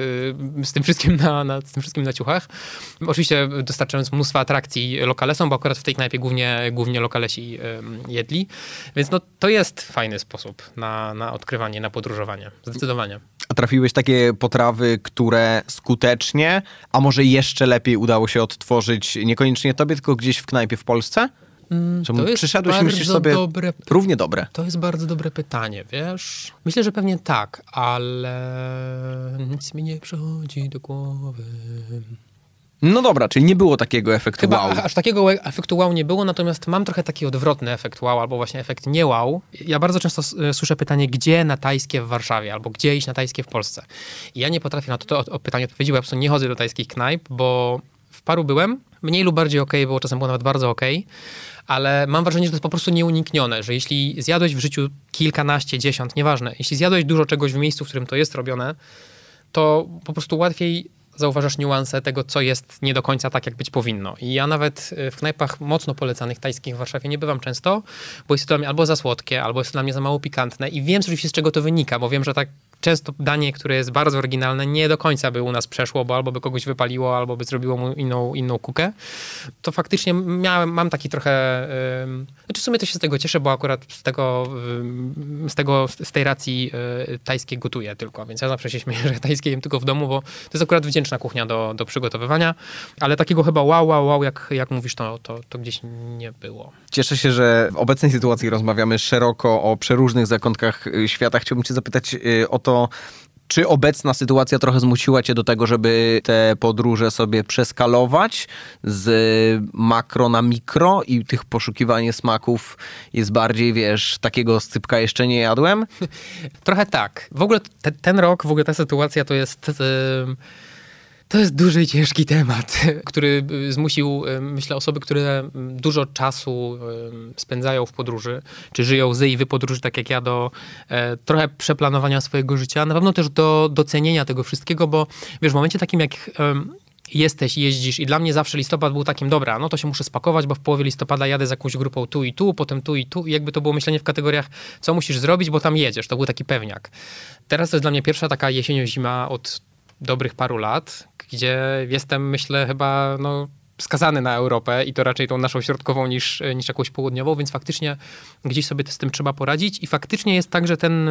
yy, z tym wszystkim na, na, z tym wszystkim na ciuchach. Oczywiście dostarczając mnóstwo atrakcji lokalesom, bo akurat w tej knajpie głównie, głównie lokalesi yy, jedli. Więc no, to jest fajny sposób na, na odkrywanie, na podróżowanie. Zdecydowanie. A trafiłeś takie potrawy, które skutecznie, a może jeszcze lepiej udało się odtworzyć, niekoniecznie tobie, tylko gdzieś w knajpie w Polsce? Czemu to jest przyszedłeś bardzo i myślisz sobie, dobre, równie dobre? To jest bardzo dobre pytanie, wiesz? Myślę, że pewnie tak, ale nic mi nie przychodzi do głowy. No dobra, czyli nie było takiego efektu Chyba wow. aż takiego efektu wow nie było, natomiast mam trochę taki odwrotny efekt wow, albo właśnie efekt nie wow. Ja bardzo często słyszę pytanie, gdzie na tajskie w Warszawie, albo gdzie iść na tajskie w Polsce. I ja nie potrafię na to, to, to pytanie odpowiedzieć, bo ja po prostu nie chodzę do tajskich knajp, bo w paru byłem, mniej lub bardziej okej, było czasem było nawet bardzo okej, ale mam wrażenie, że to jest po prostu nieuniknione, że jeśli zjadłeś w życiu kilkanaście, dziesiąt, nieważne, jeśli zjadłeś dużo czegoś w miejscu, w którym to jest robione, to po prostu łatwiej zauważasz niuanse tego, co jest nie do końca tak, jak być powinno. I ja nawet w knajpach mocno polecanych tajskich w Warszawie nie bywam często, bo jest to dla mnie albo za słodkie, albo jest to dla mnie za mało pikantne i wiem oczywiście, z czego to wynika, bo wiem, że tak często danie, które jest bardzo oryginalne, nie do końca by u nas przeszło, bo albo by kogoś wypaliło, albo by zrobiło mu inną, inną kukę. To faktycznie miałem, mam taki trochę... Yy, znaczy w sumie to się z tego cieszę, bo akurat z tego, yy, z tego, z tej racji yy, tajskie gotuję tylko, więc ja zawsze się śmieję, że tajskie jem tylko w domu, bo to jest akurat wdzięczna kuchnia do, do przygotowywania, ale takiego chyba wow, wow, wow, jak, jak mówisz, to, to, to gdzieś nie było. Cieszę się, że w obecnej sytuacji rozmawiamy szeroko o przeróżnych zakątkach świata. Chciałbym cię zapytać yy, o to, czy obecna sytuacja trochę zmusiła cię do tego, żeby te podróże sobie przeskalować z makro na mikro i tych poszukiwanie smaków jest bardziej, wiesz, takiego scypka jeszcze nie jadłem? Trochę tak. W ogóle te, ten rok, w ogóle ta sytuacja to jest... Yy... To jest duży i ciężki temat, który zmusił, myślę, osoby, które dużo czasu spędzają w podróży, czy żyją z i wy podróży, tak jak ja, do e, trochę przeplanowania swojego życia. Na pewno też do docenienia tego wszystkiego, bo wiesz, w momencie takim, jak e, jesteś, jeździsz i dla mnie zawsze listopad był takim, dobra, no to się muszę spakować, bo w połowie listopada jadę z jakąś grupą tu i tu, potem tu i tu i jakby to było myślenie w kategoriach, co musisz zrobić, bo tam jedziesz. To był taki pewniak. Teraz to jest dla mnie pierwsza taka jesienio-zima od dobrych paru lat, gdzie jestem, myślę, chyba no, skazany na Europę i to raczej tą naszą środkową niż, niż jakąś południową, więc faktycznie gdzieś sobie z tym trzeba poradzić i faktycznie jest tak, że ten,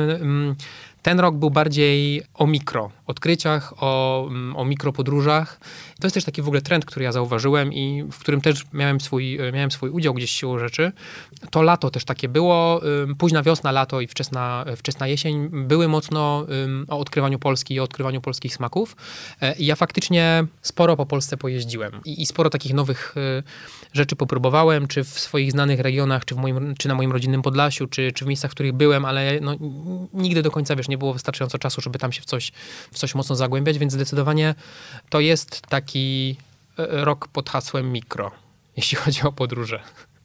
ten rok był bardziej o mikro odkryciach, o, o mikropodróżach. To jest też taki w ogóle trend, który ja zauważyłem i w którym też miałem swój, miałem swój udział gdzieś siłą rzeczy. To lato też takie było, późna wiosna, lato i wczesna, wczesna jesień były mocno o odkrywaniu Polski i o odkrywaniu polskich smaków. I ja faktycznie sporo po Polsce pojeździłem i, i sporo takich nowych rzeczy popróbowałem, czy w swoich znanych regionach, czy, w moim, czy na moim rodzinnym Podlasiu, czy, czy w miejscach, w których byłem, ale no, nigdy do końca, wiesz, nie było wystarczająco czasu, żeby tam się w coś, w coś mocno zagłębiać, więc zdecydowanie to jest taki rok pod hasłem mikro, jeśli chodzi o podróże.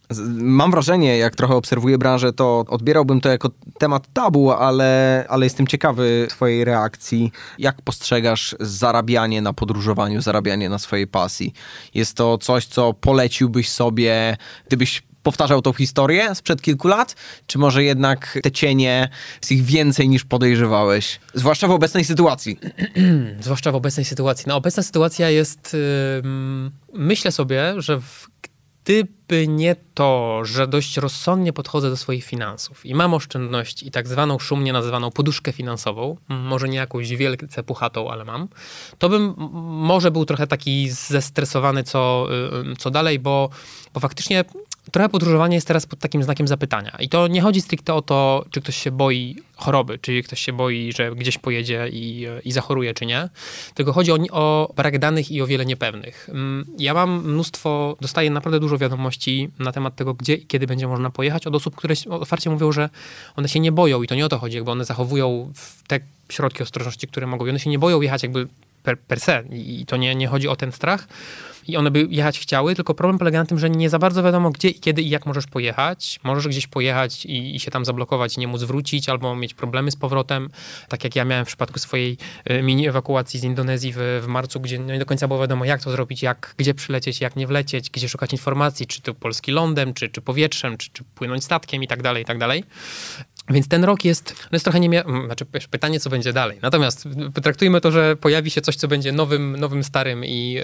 Mam wrażenie, jak trochę obserwuję branżę, to odbierałbym to jako temat tabu, ale, ale jestem ciekawy twojej reakcji. Jak postrzegasz zarabianie na podróżowaniu, zarabianie na swojej pasji? Jest to coś, co poleciłbyś sobie, gdybyś powtarzał tą historię sprzed kilku lat? Czy może jednak te cienie, jest ich więcej niż podejrzewałeś? Zwłaszcza w obecnej sytuacji. Zwłaszcza w obecnej sytuacji. No, obecna sytuacja jest... Yy, myślę sobie, że w Gdyby nie to, że dość rozsądnie podchodzę do swoich finansów i mam oszczędności i tak zwaną szumnie nazywaną poduszkę finansową, może nie jakąś wielce puchatą, ale mam, to bym może był trochę taki zestresowany co, co dalej, bo, bo faktycznie trochę podróżowanie jest teraz pod takim znakiem zapytania. I to nie chodzi stricte o to, czy ktoś się boi choroby, czy ktoś się boi, że gdzieś pojedzie i, i zachoruje, czy nie. Tylko chodzi o, o brak danych i o wiele niepewnych. Ja mam mnóstwo, dostaję naprawdę dużo wiadomości na temat tego, gdzie i kiedy będzie można pojechać od osób, które otwarcie mówią, że one się nie boją i to nie o to chodzi, jakby one zachowują te środki ostrożności, które mogą. I one się nie boją jechać jakby per, per se i to nie, nie chodzi o ten strach. I one by jechać chciały, tylko problem polega na tym, że nie za bardzo wiadomo gdzie, kiedy i jak możesz pojechać. Możesz gdzieś pojechać i, i się tam zablokować i nie móc wrócić, albo mieć problemy z powrotem. Tak jak ja miałem w przypadku swojej y, mini ewakuacji z Indonezji w, w marcu, gdzie no nie do końca było wiadomo jak to zrobić, jak, gdzie przylecieć, jak nie wlecieć, gdzie szukać informacji, czy to Polski lądem, czy, czy powietrzem, czy, czy płynąć statkiem i tak dalej, i tak dalej. Więc ten rok jest, no jest trochę nie mia- znaczy pytanie, co będzie dalej. Natomiast potraktujmy to, że pojawi się coś, co będzie nowym, nowym starym i,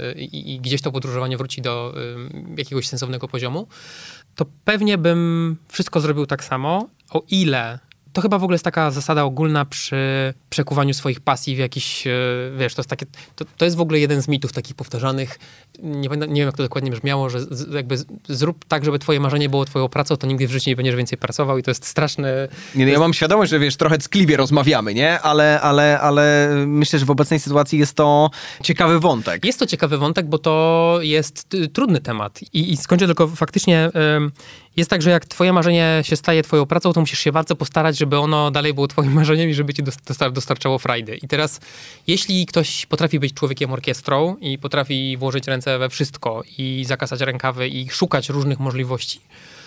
i, i gdzieś to podróżowanie wróci do jakiegoś sensownego poziomu, to pewnie bym wszystko zrobił tak samo, o ile... To chyba w ogóle jest taka zasada ogólna przy przekuwaniu swoich pasji w jakiś, wiesz, to jest takie, to, to jest w ogóle jeden z mitów takich powtarzanych, nie, nie wiem jak to dokładnie brzmiało, że z, jakby zrób tak, żeby twoje marzenie było twoją pracą, to nigdy w życiu nie będziesz więcej pracował i to jest straszne. Nie, no ja jest... mam świadomość, że wiesz, trochę ckliwie rozmawiamy, nie? Ale, ale, ale myślę, że w obecnej sytuacji jest to ciekawy wątek. Jest to ciekawy wątek, bo to jest t- trudny temat i, i skończę tylko faktycznie... Ym, Jest tak, że jak twoje marzenie się staje twoją pracą, to musisz się bardzo postarać, żeby ono dalej było twoim marzeniem i żeby ci dostar- dostarczało frajdy. I teraz, jeśli ktoś potrafi być człowiekiem orkiestrą i potrafi włożyć ręce we wszystko i zakasać rękawy i szukać różnych możliwości,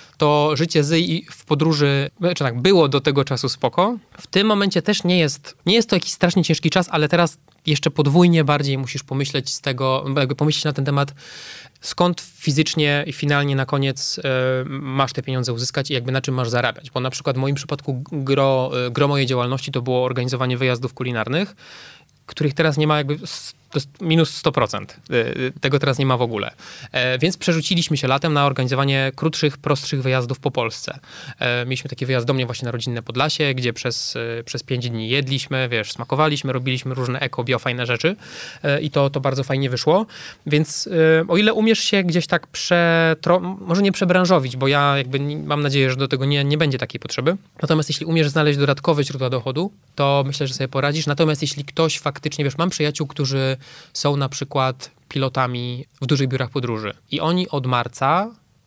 to życie z i w podróży, czy tak, było do tego czasu spoko. W tym momencie też nie jest, nie jest to jakiś strasznie ciężki czas, ale teraz jeszcze podwójnie bardziej musisz pomyśleć z tego, jakby pomyśleć na ten temat, skąd fizycznie i finalnie na koniec y, masz te pieniądze uzyskać i jakby na czym masz zarabiać. Bo na przykład w moim przypadku gro, gro mojej działalności to było organizowanie wyjazdów kulinarnych, których teraz nie ma jakby... To jest minus sto procent. Tego teraz nie ma w ogóle. E, więc przerzuciliśmy się latem na organizowanie krótszych, prostszych wyjazdów po Polsce. E, mieliśmy taki wyjazd do mnie właśnie na rodzinne Podlasie, gdzie przez, e, przez pięć dni jedliśmy, wiesz, smakowaliśmy, robiliśmy różne eko, biofajne rzeczy e, i to, to bardzo fajnie wyszło. Więc e, o ile umiesz się gdzieś tak prze... Tro, może nie przebranżowić, bo ja jakby nie, mam nadzieję, że do tego nie, nie będzie takiej potrzeby. Natomiast jeśli umiesz znaleźć dodatkowe źródła dochodu, to myślę, że sobie poradzisz. Natomiast jeśli ktoś faktycznie, wiesz, mam przyjaciół, którzy są na przykład pilotami w dużych biurach podróży i oni od marca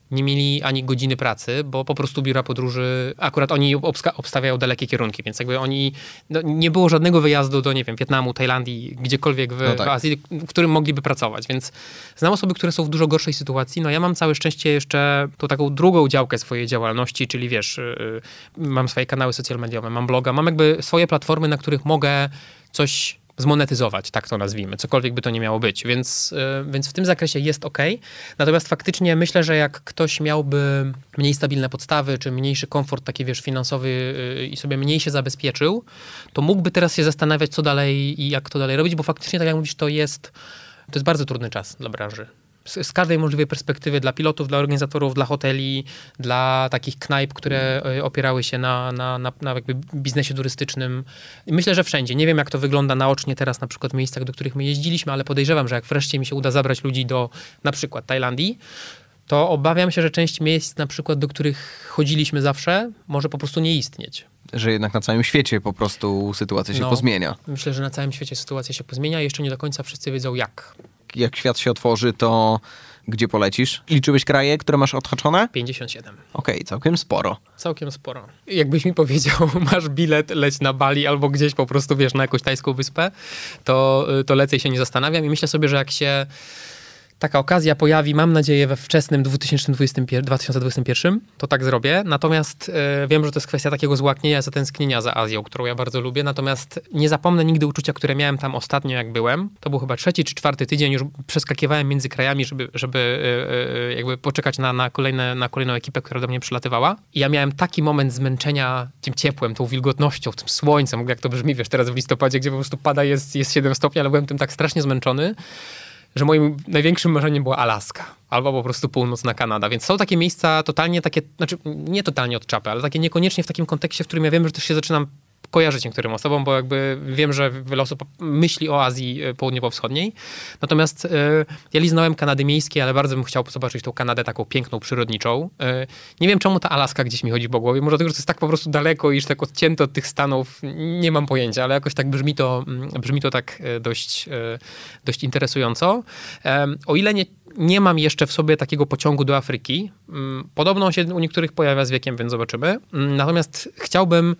nie mieli ani godziny pracy, bo po prostu biura podróży, akurat oni obska- obstawiają dalekie kierunki, więc jakby oni, no, nie było żadnego wyjazdu do, nie wiem, Wietnamu, Tajlandii, gdziekolwiek w, no tak. w Azji, w którym mogliby pracować, więc znam osoby, które są w dużo gorszej sytuacji. No ja mam całe szczęście jeszcze tą taką drugą działkę swojej działalności, czyli wiesz, yy, mam swoje kanały social mediowe, mam bloga, mam jakby swoje platformy, na których mogę coś zmonetyzować, tak to nazwijmy, cokolwiek by to nie miało być, więc, yy, więc w tym zakresie jest ok. Natomiast faktycznie myślę, że jak ktoś miałby mniej stabilne podstawy, czy mniejszy komfort taki, wiesz, finansowy yy, i sobie mniej się zabezpieczył, to mógłby teraz się zastanawiać, co dalej i jak to dalej robić, bo faktycznie, tak jak mówisz, to jest, to jest bardzo trudny czas dla branży. Z, z każdej możliwej perspektywy dla pilotów, dla organizatorów, dla hoteli, dla takich knajp, które opierały się na, na, na, na jakby biznesie turystycznym. I myślę, że wszędzie. Nie wiem, jak to wygląda naocznie teraz na przykład w miejscach, do których my jeździliśmy, ale podejrzewam, że jak wreszcie mi się uda zabrać ludzi do na przykład Tajlandii, to obawiam się, że część miejsc na przykład, do których chodziliśmy zawsze, może po prostu nie istnieć. Że jednak na całym świecie po prostu sytuacja się no, pozmienia. Myślę, że na całym świecie sytuacja się pozmienia i jeszcze nie do końca wszyscy wiedzą jak. Jak świat się otworzy, to gdzie polecisz? Liczyłeś kraje, które masz odhaczone? pięćdziesiąt siedem. Okej, okay, całkiem sporo. Całkiem sporo. Jakbyś mi powiedział, masz bilet, leć na Bali albo gdzieś po prostu, wiesz, na jakąś tajską wyspę, to, to lecę i się nie zastanawiam i myślę sobie, że jak się taka okazja pojawi, mam nadzieję, we wczesnym dwa tysiące dwudziestym pierwszym, to tak zrobię. Natomiast e, wiem, że to jest kwestia takiego złaknienia, zatęsknienia za Azją, którą ja bardzo lubię. Natomiast nie zapomnę nigdy uczucia, które miałem tam ostatnio, jak byłem. To był chyba trzeci czy czwarty tydzień, już przeskakiwałem między krajami, żeby, żeby e, e, jakby poczekać na, na, kolejne, na kolejną ekipę, która do mnie przylatywała. I ja miałem taki moment zmęczenia tym ciepłem, tą wilgotnością, tym słońcem, jak to brzmi, wiesz, teraz w listopadzie, gdzie po prostu pada, jest, jest siedem stopni, ale byłem tym tak strasznie zmęczony, że moim największym marzeniem była Alaska albo po prostu północna Kanada. Więc są takie miejsca totalnie takie, znaczy nie totalnie od czapy, ale takie niekoniecznie w takim kontekście, w którym ja wiem, że też się zaczynam kojarzyć niektórym osobom, bo jakby wiem, że wiele osób myśli o Azji Południowo-Wschodniej. Natomiast y, ja liznąłem Kanady miejskie, ale bardzo bym chciał zobaczyć tą Kanadę taką piękną, przyrodniczą. Y, nie wiem, czemu ta Alaska gdzieś mi chodzi po głowie. Może dlatego, że to jest tak po prostu daleko i tak odcięte od tych Stanów. Nie mam pojęcia, ale jakoś tak brzmi to, brzmi to tak dość, dość interesująco. Y, o ile nie Nie mam jeszcze w sobie takiego pociągu do Afryki. Podobno się u niektórych pojawia z wiekiem, więc zobaczymy. Natomiast chciałbym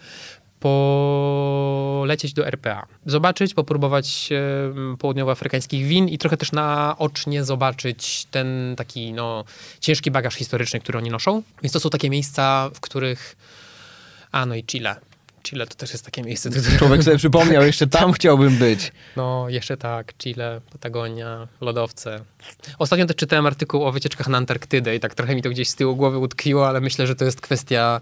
polecieć do R P A. Zobaczyć, popróbować e, południowoafrykańskich win i trochę też naocznie zobaczyć ten taki no, ciężki bagaż historyczny, który oni noszą. Więc to są takie miejsca, w których... A, no i Chile. Chile to też jest takie miejsce. Człowiek sobie przypomniał, jeszcze tam chciałbym być. No, jeszcze tak. Chile, Patagonia, lodowce. Ostatnio też czytałem artykuł o wycieczkach na Antarktydę i tak trochę mi to gdzieś z tyłu głowy utkwiło, ale myślę, że to jest kwestia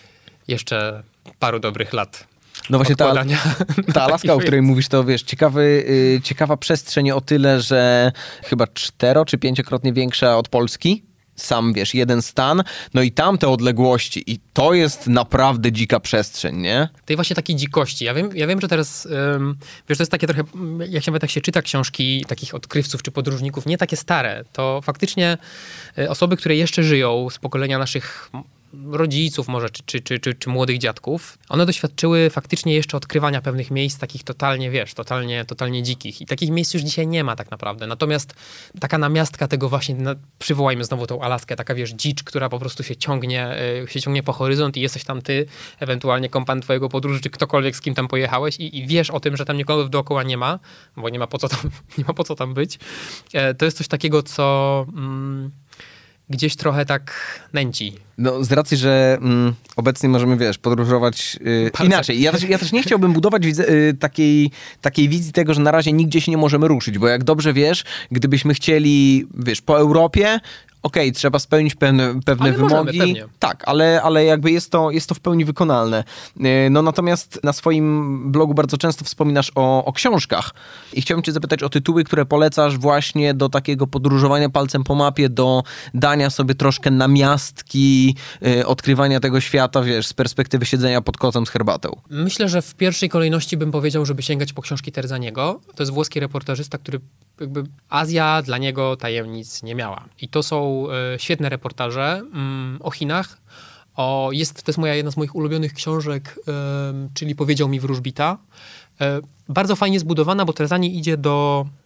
jeszcze paru dobrych lat. No właśnie ta, ta Alaska, o której mówisz, to wiesz, ciekawy, yy, ciekawa przestrzeń o tyle, że chyba cztero czy pięciokrotnie większa od Polski. Sam, wiesz, jeden stan, no i tam te odległości i to jest naprawdę dzika przestrzeń, nie? Tej właśnie takiej dzikości. Ja wiem, ja wiem że teraz, um, wiesz, to jest takie trochę, jak się, jak się czyta książki takich odkrywców czy podróżników, nie takie stare, to faktycznie osoby, które jeszcze żyją z pokolenia naszych rodziców może, czy, czy, czy, czy, czy młodych dziadków, one doświadczyły faktycznie jeszcze odkrywania pewnych miejsc takich totalnie, wiesz, totalnie, totalnie dzikich. I takich miejsc już dzisiaj nie ma tak naprawdę. Natomiast taka namiastka tego właśnie, no, przywołajmy znowu tą Alaskę, taka, wiesz, dzicz, która po prostu się ciągnie, y, się ciągnie po horyzont i jesteś tam ty, ewentualnie kompan twojego podróży, czy ktokolwiek, z kim tam pojechałeś i, i wiesz o tym, że tam nikogo dookoła nie ma, bo nie ma po co tam, nie ma po co tam być. E, to jest coś takiego, co... Mm, gdzieś trochę tak nęci. No z racji, że mm, obecnie możemy, wiesz, podróżować yy, inaczej. Ja też, ja też nie chciałbym budować widze, yy, takiej, takiej wizji tego, że na razie nigdzie się nie możemy ruszyć, bo jak dobrze wiesz, gdybyśmy chcieli, wiesz, po Europie, okej, okay, trzeba spełnić pewne, pewne ale wymogi. możemy, tak, ale, ale jakby jest to, jest to w pełni wykonalne. No natomiast na swoim blogu bardzo często wspominasz o, o książkach i chciałbym cię zapytać o tytuły, które polecasz właśnie do takiego podróżowania palcem po mapie, do dania sobie troszkę namiastki, yy, odkrywania tego świata, wiesz, z perspektywy siedzenia pod kocem z herbatą. Myślę, że w pierwszej kolejności bym powiedział, żeby sięgać po książki Terzaniego. To jest włoski reportażysta, który jakby Azja dla niego tajemnic nie miała. I to są y, świetne reportaże y, o Chinach. O, jest, to jest moja, jedna z moich ulubionych książek, y, czyli Powiedział mi wróżbita. Y, bardzo fajnie zbudowana, bo Terzani idzie do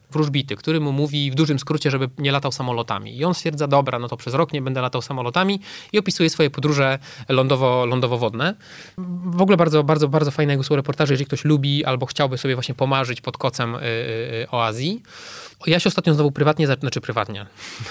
wróżbity, który mu mówi w dużym skrócie, żeby nie latał samolotami. I on stwierdza, dobra, no to przez rok nie będę latał samolotami i opisuje swoje podróże lądowo, lądowo-wodne. W ogóle bardzo, bardzo, bardzo fajne jego są reportaże, jeżeli ktoś lubi albo chciałby sobie właśnie pomarzyć pod kocem yy, yy, o Azji. Ja się ostatnio znowu prywatnie, znaczy prywatnie,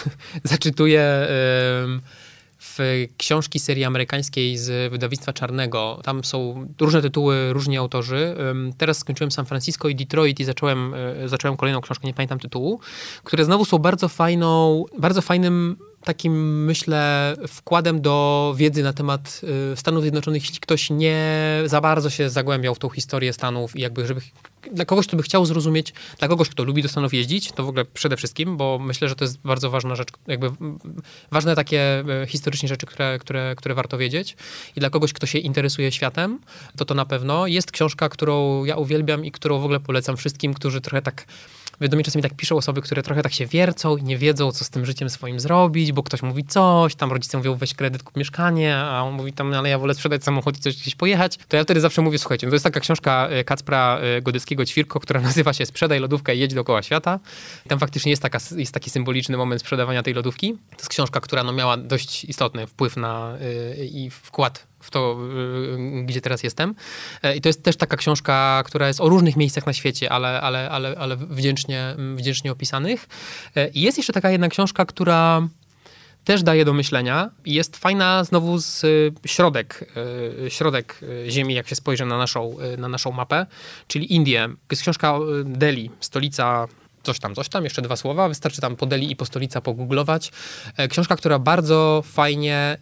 zaczytuję yy, w książki serii amerykańskiej z wydawnictwa Czarnego. Tam są różne tytuły, różni autorzy. Teraz skończyłem San Francisco i Detroit i zacząłem, zacząłem kolejną książkę, nie pamiętam tytułu, które znowu są bardzo fajną, bardzo fajnym takim, myślę, wkładem do wiedzy na temat Stanów Zjednoczonych, jeśli ktoś nie za bardzo się zagłębiał w tą historię Stanów i jakby, żeby dla kogoś, kto by chciał zrozumieć, dla kogoś, kto lubi do Stanów jeździć, to w ogóle przede wszystkim, bo myślę, że to jest bardzo ważna rzecz, jakby ważne takie historycznie rzeczy, które, które, które warto wiedzieć. I dla kogoś, kto się interesuje światem, to to na pewno. Jest książka, którą ja uwielbiam i którą w ogóle polecam wszystkim, którzy trochę tak do mnie czasami tak piszą osoby, które trochę tak się wiercą i nie wiedzą, co z tym życiem swoim zrobić, bo ktoś mówi coś, tam rodzice mówią, weź kredyt, kup mieszkanie, a on mówi tam, ale ja wolę sprzedać samochód i coś gdzieś pojechać. To ja wtedy zawsze mówię, słuchajcie, no to jest taka książka Kacpra Godyckiego Ćwirko, która nazywa się Sprzedaj lodówkę i jedź dookoła świata. I tam faktycznie jest, taka, jest taki symboliczny moment sprzedawania tej lodówki. To jest książka, która no, miała dość istotny wpływ na yy, i wkład w to, gdzie teraz jestem. I to jest też taka książka, która jest o różnych miejscach na świecie, ale, ale, ale, ale wdzięcznie, wdzięcznie opisanych. I jest jeszcze taka jedna książka, która też daje do myślenia i jest fajna znowu z środek, środek Ziemi, jak się spojrzy na naszą, na naszą mapę, czyli Indie. Jest książka Delhi, stolica coś tam, coś tam, jeszcze dwa słowa, wystarczy tam po Delhi i po stolica pogooglować. Książka, która bardzo fajnie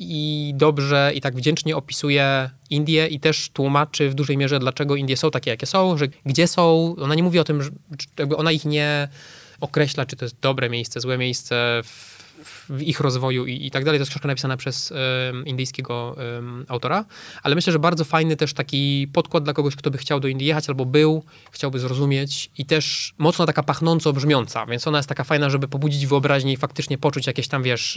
i dobrze i tak wdzięcznie opisuje Indie i też tłumaczy w dużej mierze, dlaczego Indie są takie, jakie są, że gdzie są, ona nie mówi o tym, że jakby ona ich nie określa, czy to jest dobre miejsce, złe miejsce w, w ich rozwoju i, i tak dalej. To jest książka napisana przez um, indyjskiego um, autora, ale myślę, że bardzo fajny też taki podkład dla kogoś, kto by chciał do Indii jechać albo był, chciałby zrozumieć i też mocno taka pachnąco brzmiąca, więc ona jest taka fajna, żeby pobudzić wyobraźnię i faktycznie poczuć jakieś tam, wiesz,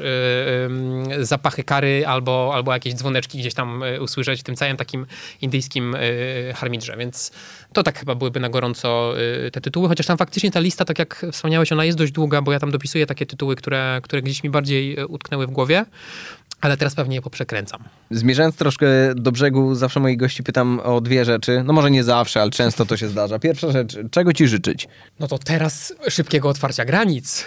yy, yy, zapachy kary albo, albo jakieś dzwoneczki gdzieś tam yy, usłyszeć w tym całym takim indyjskim yy, harmidrze, więc to tak chyba byłyby na gorąco yy, te tytuły, chociaż tam faktycznie ta lista, tak jak wspomniałeś, ona jest dość długa, bo ja tam dopisuję takie tytuły, które, które gdzieś mi bardziej utknęły w głowie, ale teraz pewnie je poprzekręcam. Zmierzając troszkę do brzegu, zawsze moich gości pytam o dwie rzeczy. No może nie zawsze, ale często to się zdarza. Pierwsza rzecz, czego ci życzyć? No to teraz szybkiego otwarcia granic.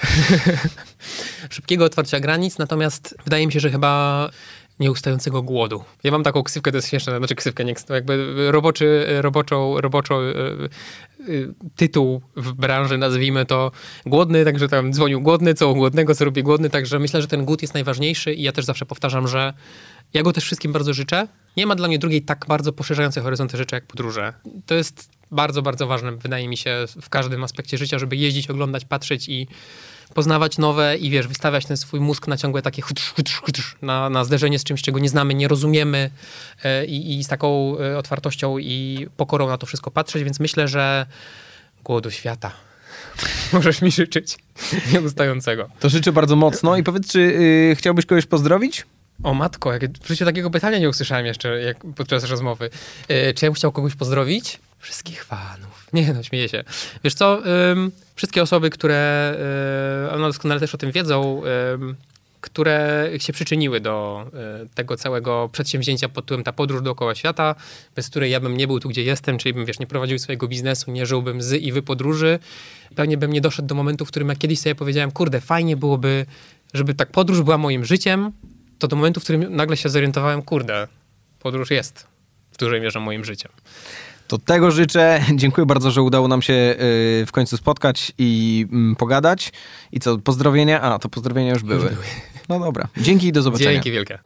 Szybkiego otwarcia granic, natomiast wydaje mi się, że chyba nieustającego głodu. Ja mam taką ksywkę, to jest śmieszne, znaczy ksywkę, nie, jakby roboczy, roboczą, roboczą yy, yy, tytuł w branży, nazwijmy to głodny, także tam dzwonił głodny, co u głodnego, co robię głodny, także myślę, że ten głód jest najważniejszy i ja też zawsze powtarzam, że ja go też wszystkim bardzo życzę. Nie ma dla mnie drugiej tak bardzo poszerzającej horyzonty rzeczy jak podróże. To jest bardzo, bardzo ważne, wydaje mi się, w każdym aspekcie życia, żeby jeździć, oglądać, patrzeć i poznawać nowe i wiesz, wystawiać ten swój mózg na ciągłe takie chutr, chutr, chutr, na, na zderzenie z czymś, czego nie znamy, nie rozumiemy e, i, i z taką e, otwartością i pokorą na to wszystko patrzeć, więc myślę, że głodu świata możesz mi życzyć nieustającego. To życzę bardzo mocno i powiedz, czy yy, chciałbyś kogoś pozdrowić? O matko, jak w życiu takiego pytania nie usłyszałem jeszcze jak podczas rozmowy. Yy, czy ja bym chciał kogoś pozdrowić? Wszystkich fanów. Nie no, śmieję się. Wiesz co, ym, wszystkie osoby, które, yy, one doskonale też o tym wiedzą, yy, które się przyczyniły do y, tego całego przedsięwzięcia pod tytułem Ta podróż dookoła świata, bez której ja bym nie był tu, gdzie jestem, czyli bym, wiesz, nie prowadził swojego biznesu, nie żyłbym z i wy podróży. Pewnie bym nie doszedł do momentu, w którym ja kiedyś sobie powiedziałem, kurde, fajnie byłoby, żeby tak podróż była moim życiem, to do momentu, w którym nagle się zorientowałem, kurde, podróż jest w dużej mierze moim życiem. To tego życzę. Dziękuję bardzo, że udało nam się yy, w końcu spotkać i yy, pogadać. I co, pozdrowienia? A, to pozdrowienia już były. Już były. No dobra. Dzięki i do zobaczenia. Dzięki wielkie.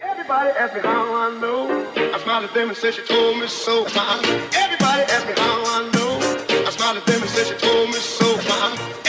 Everybody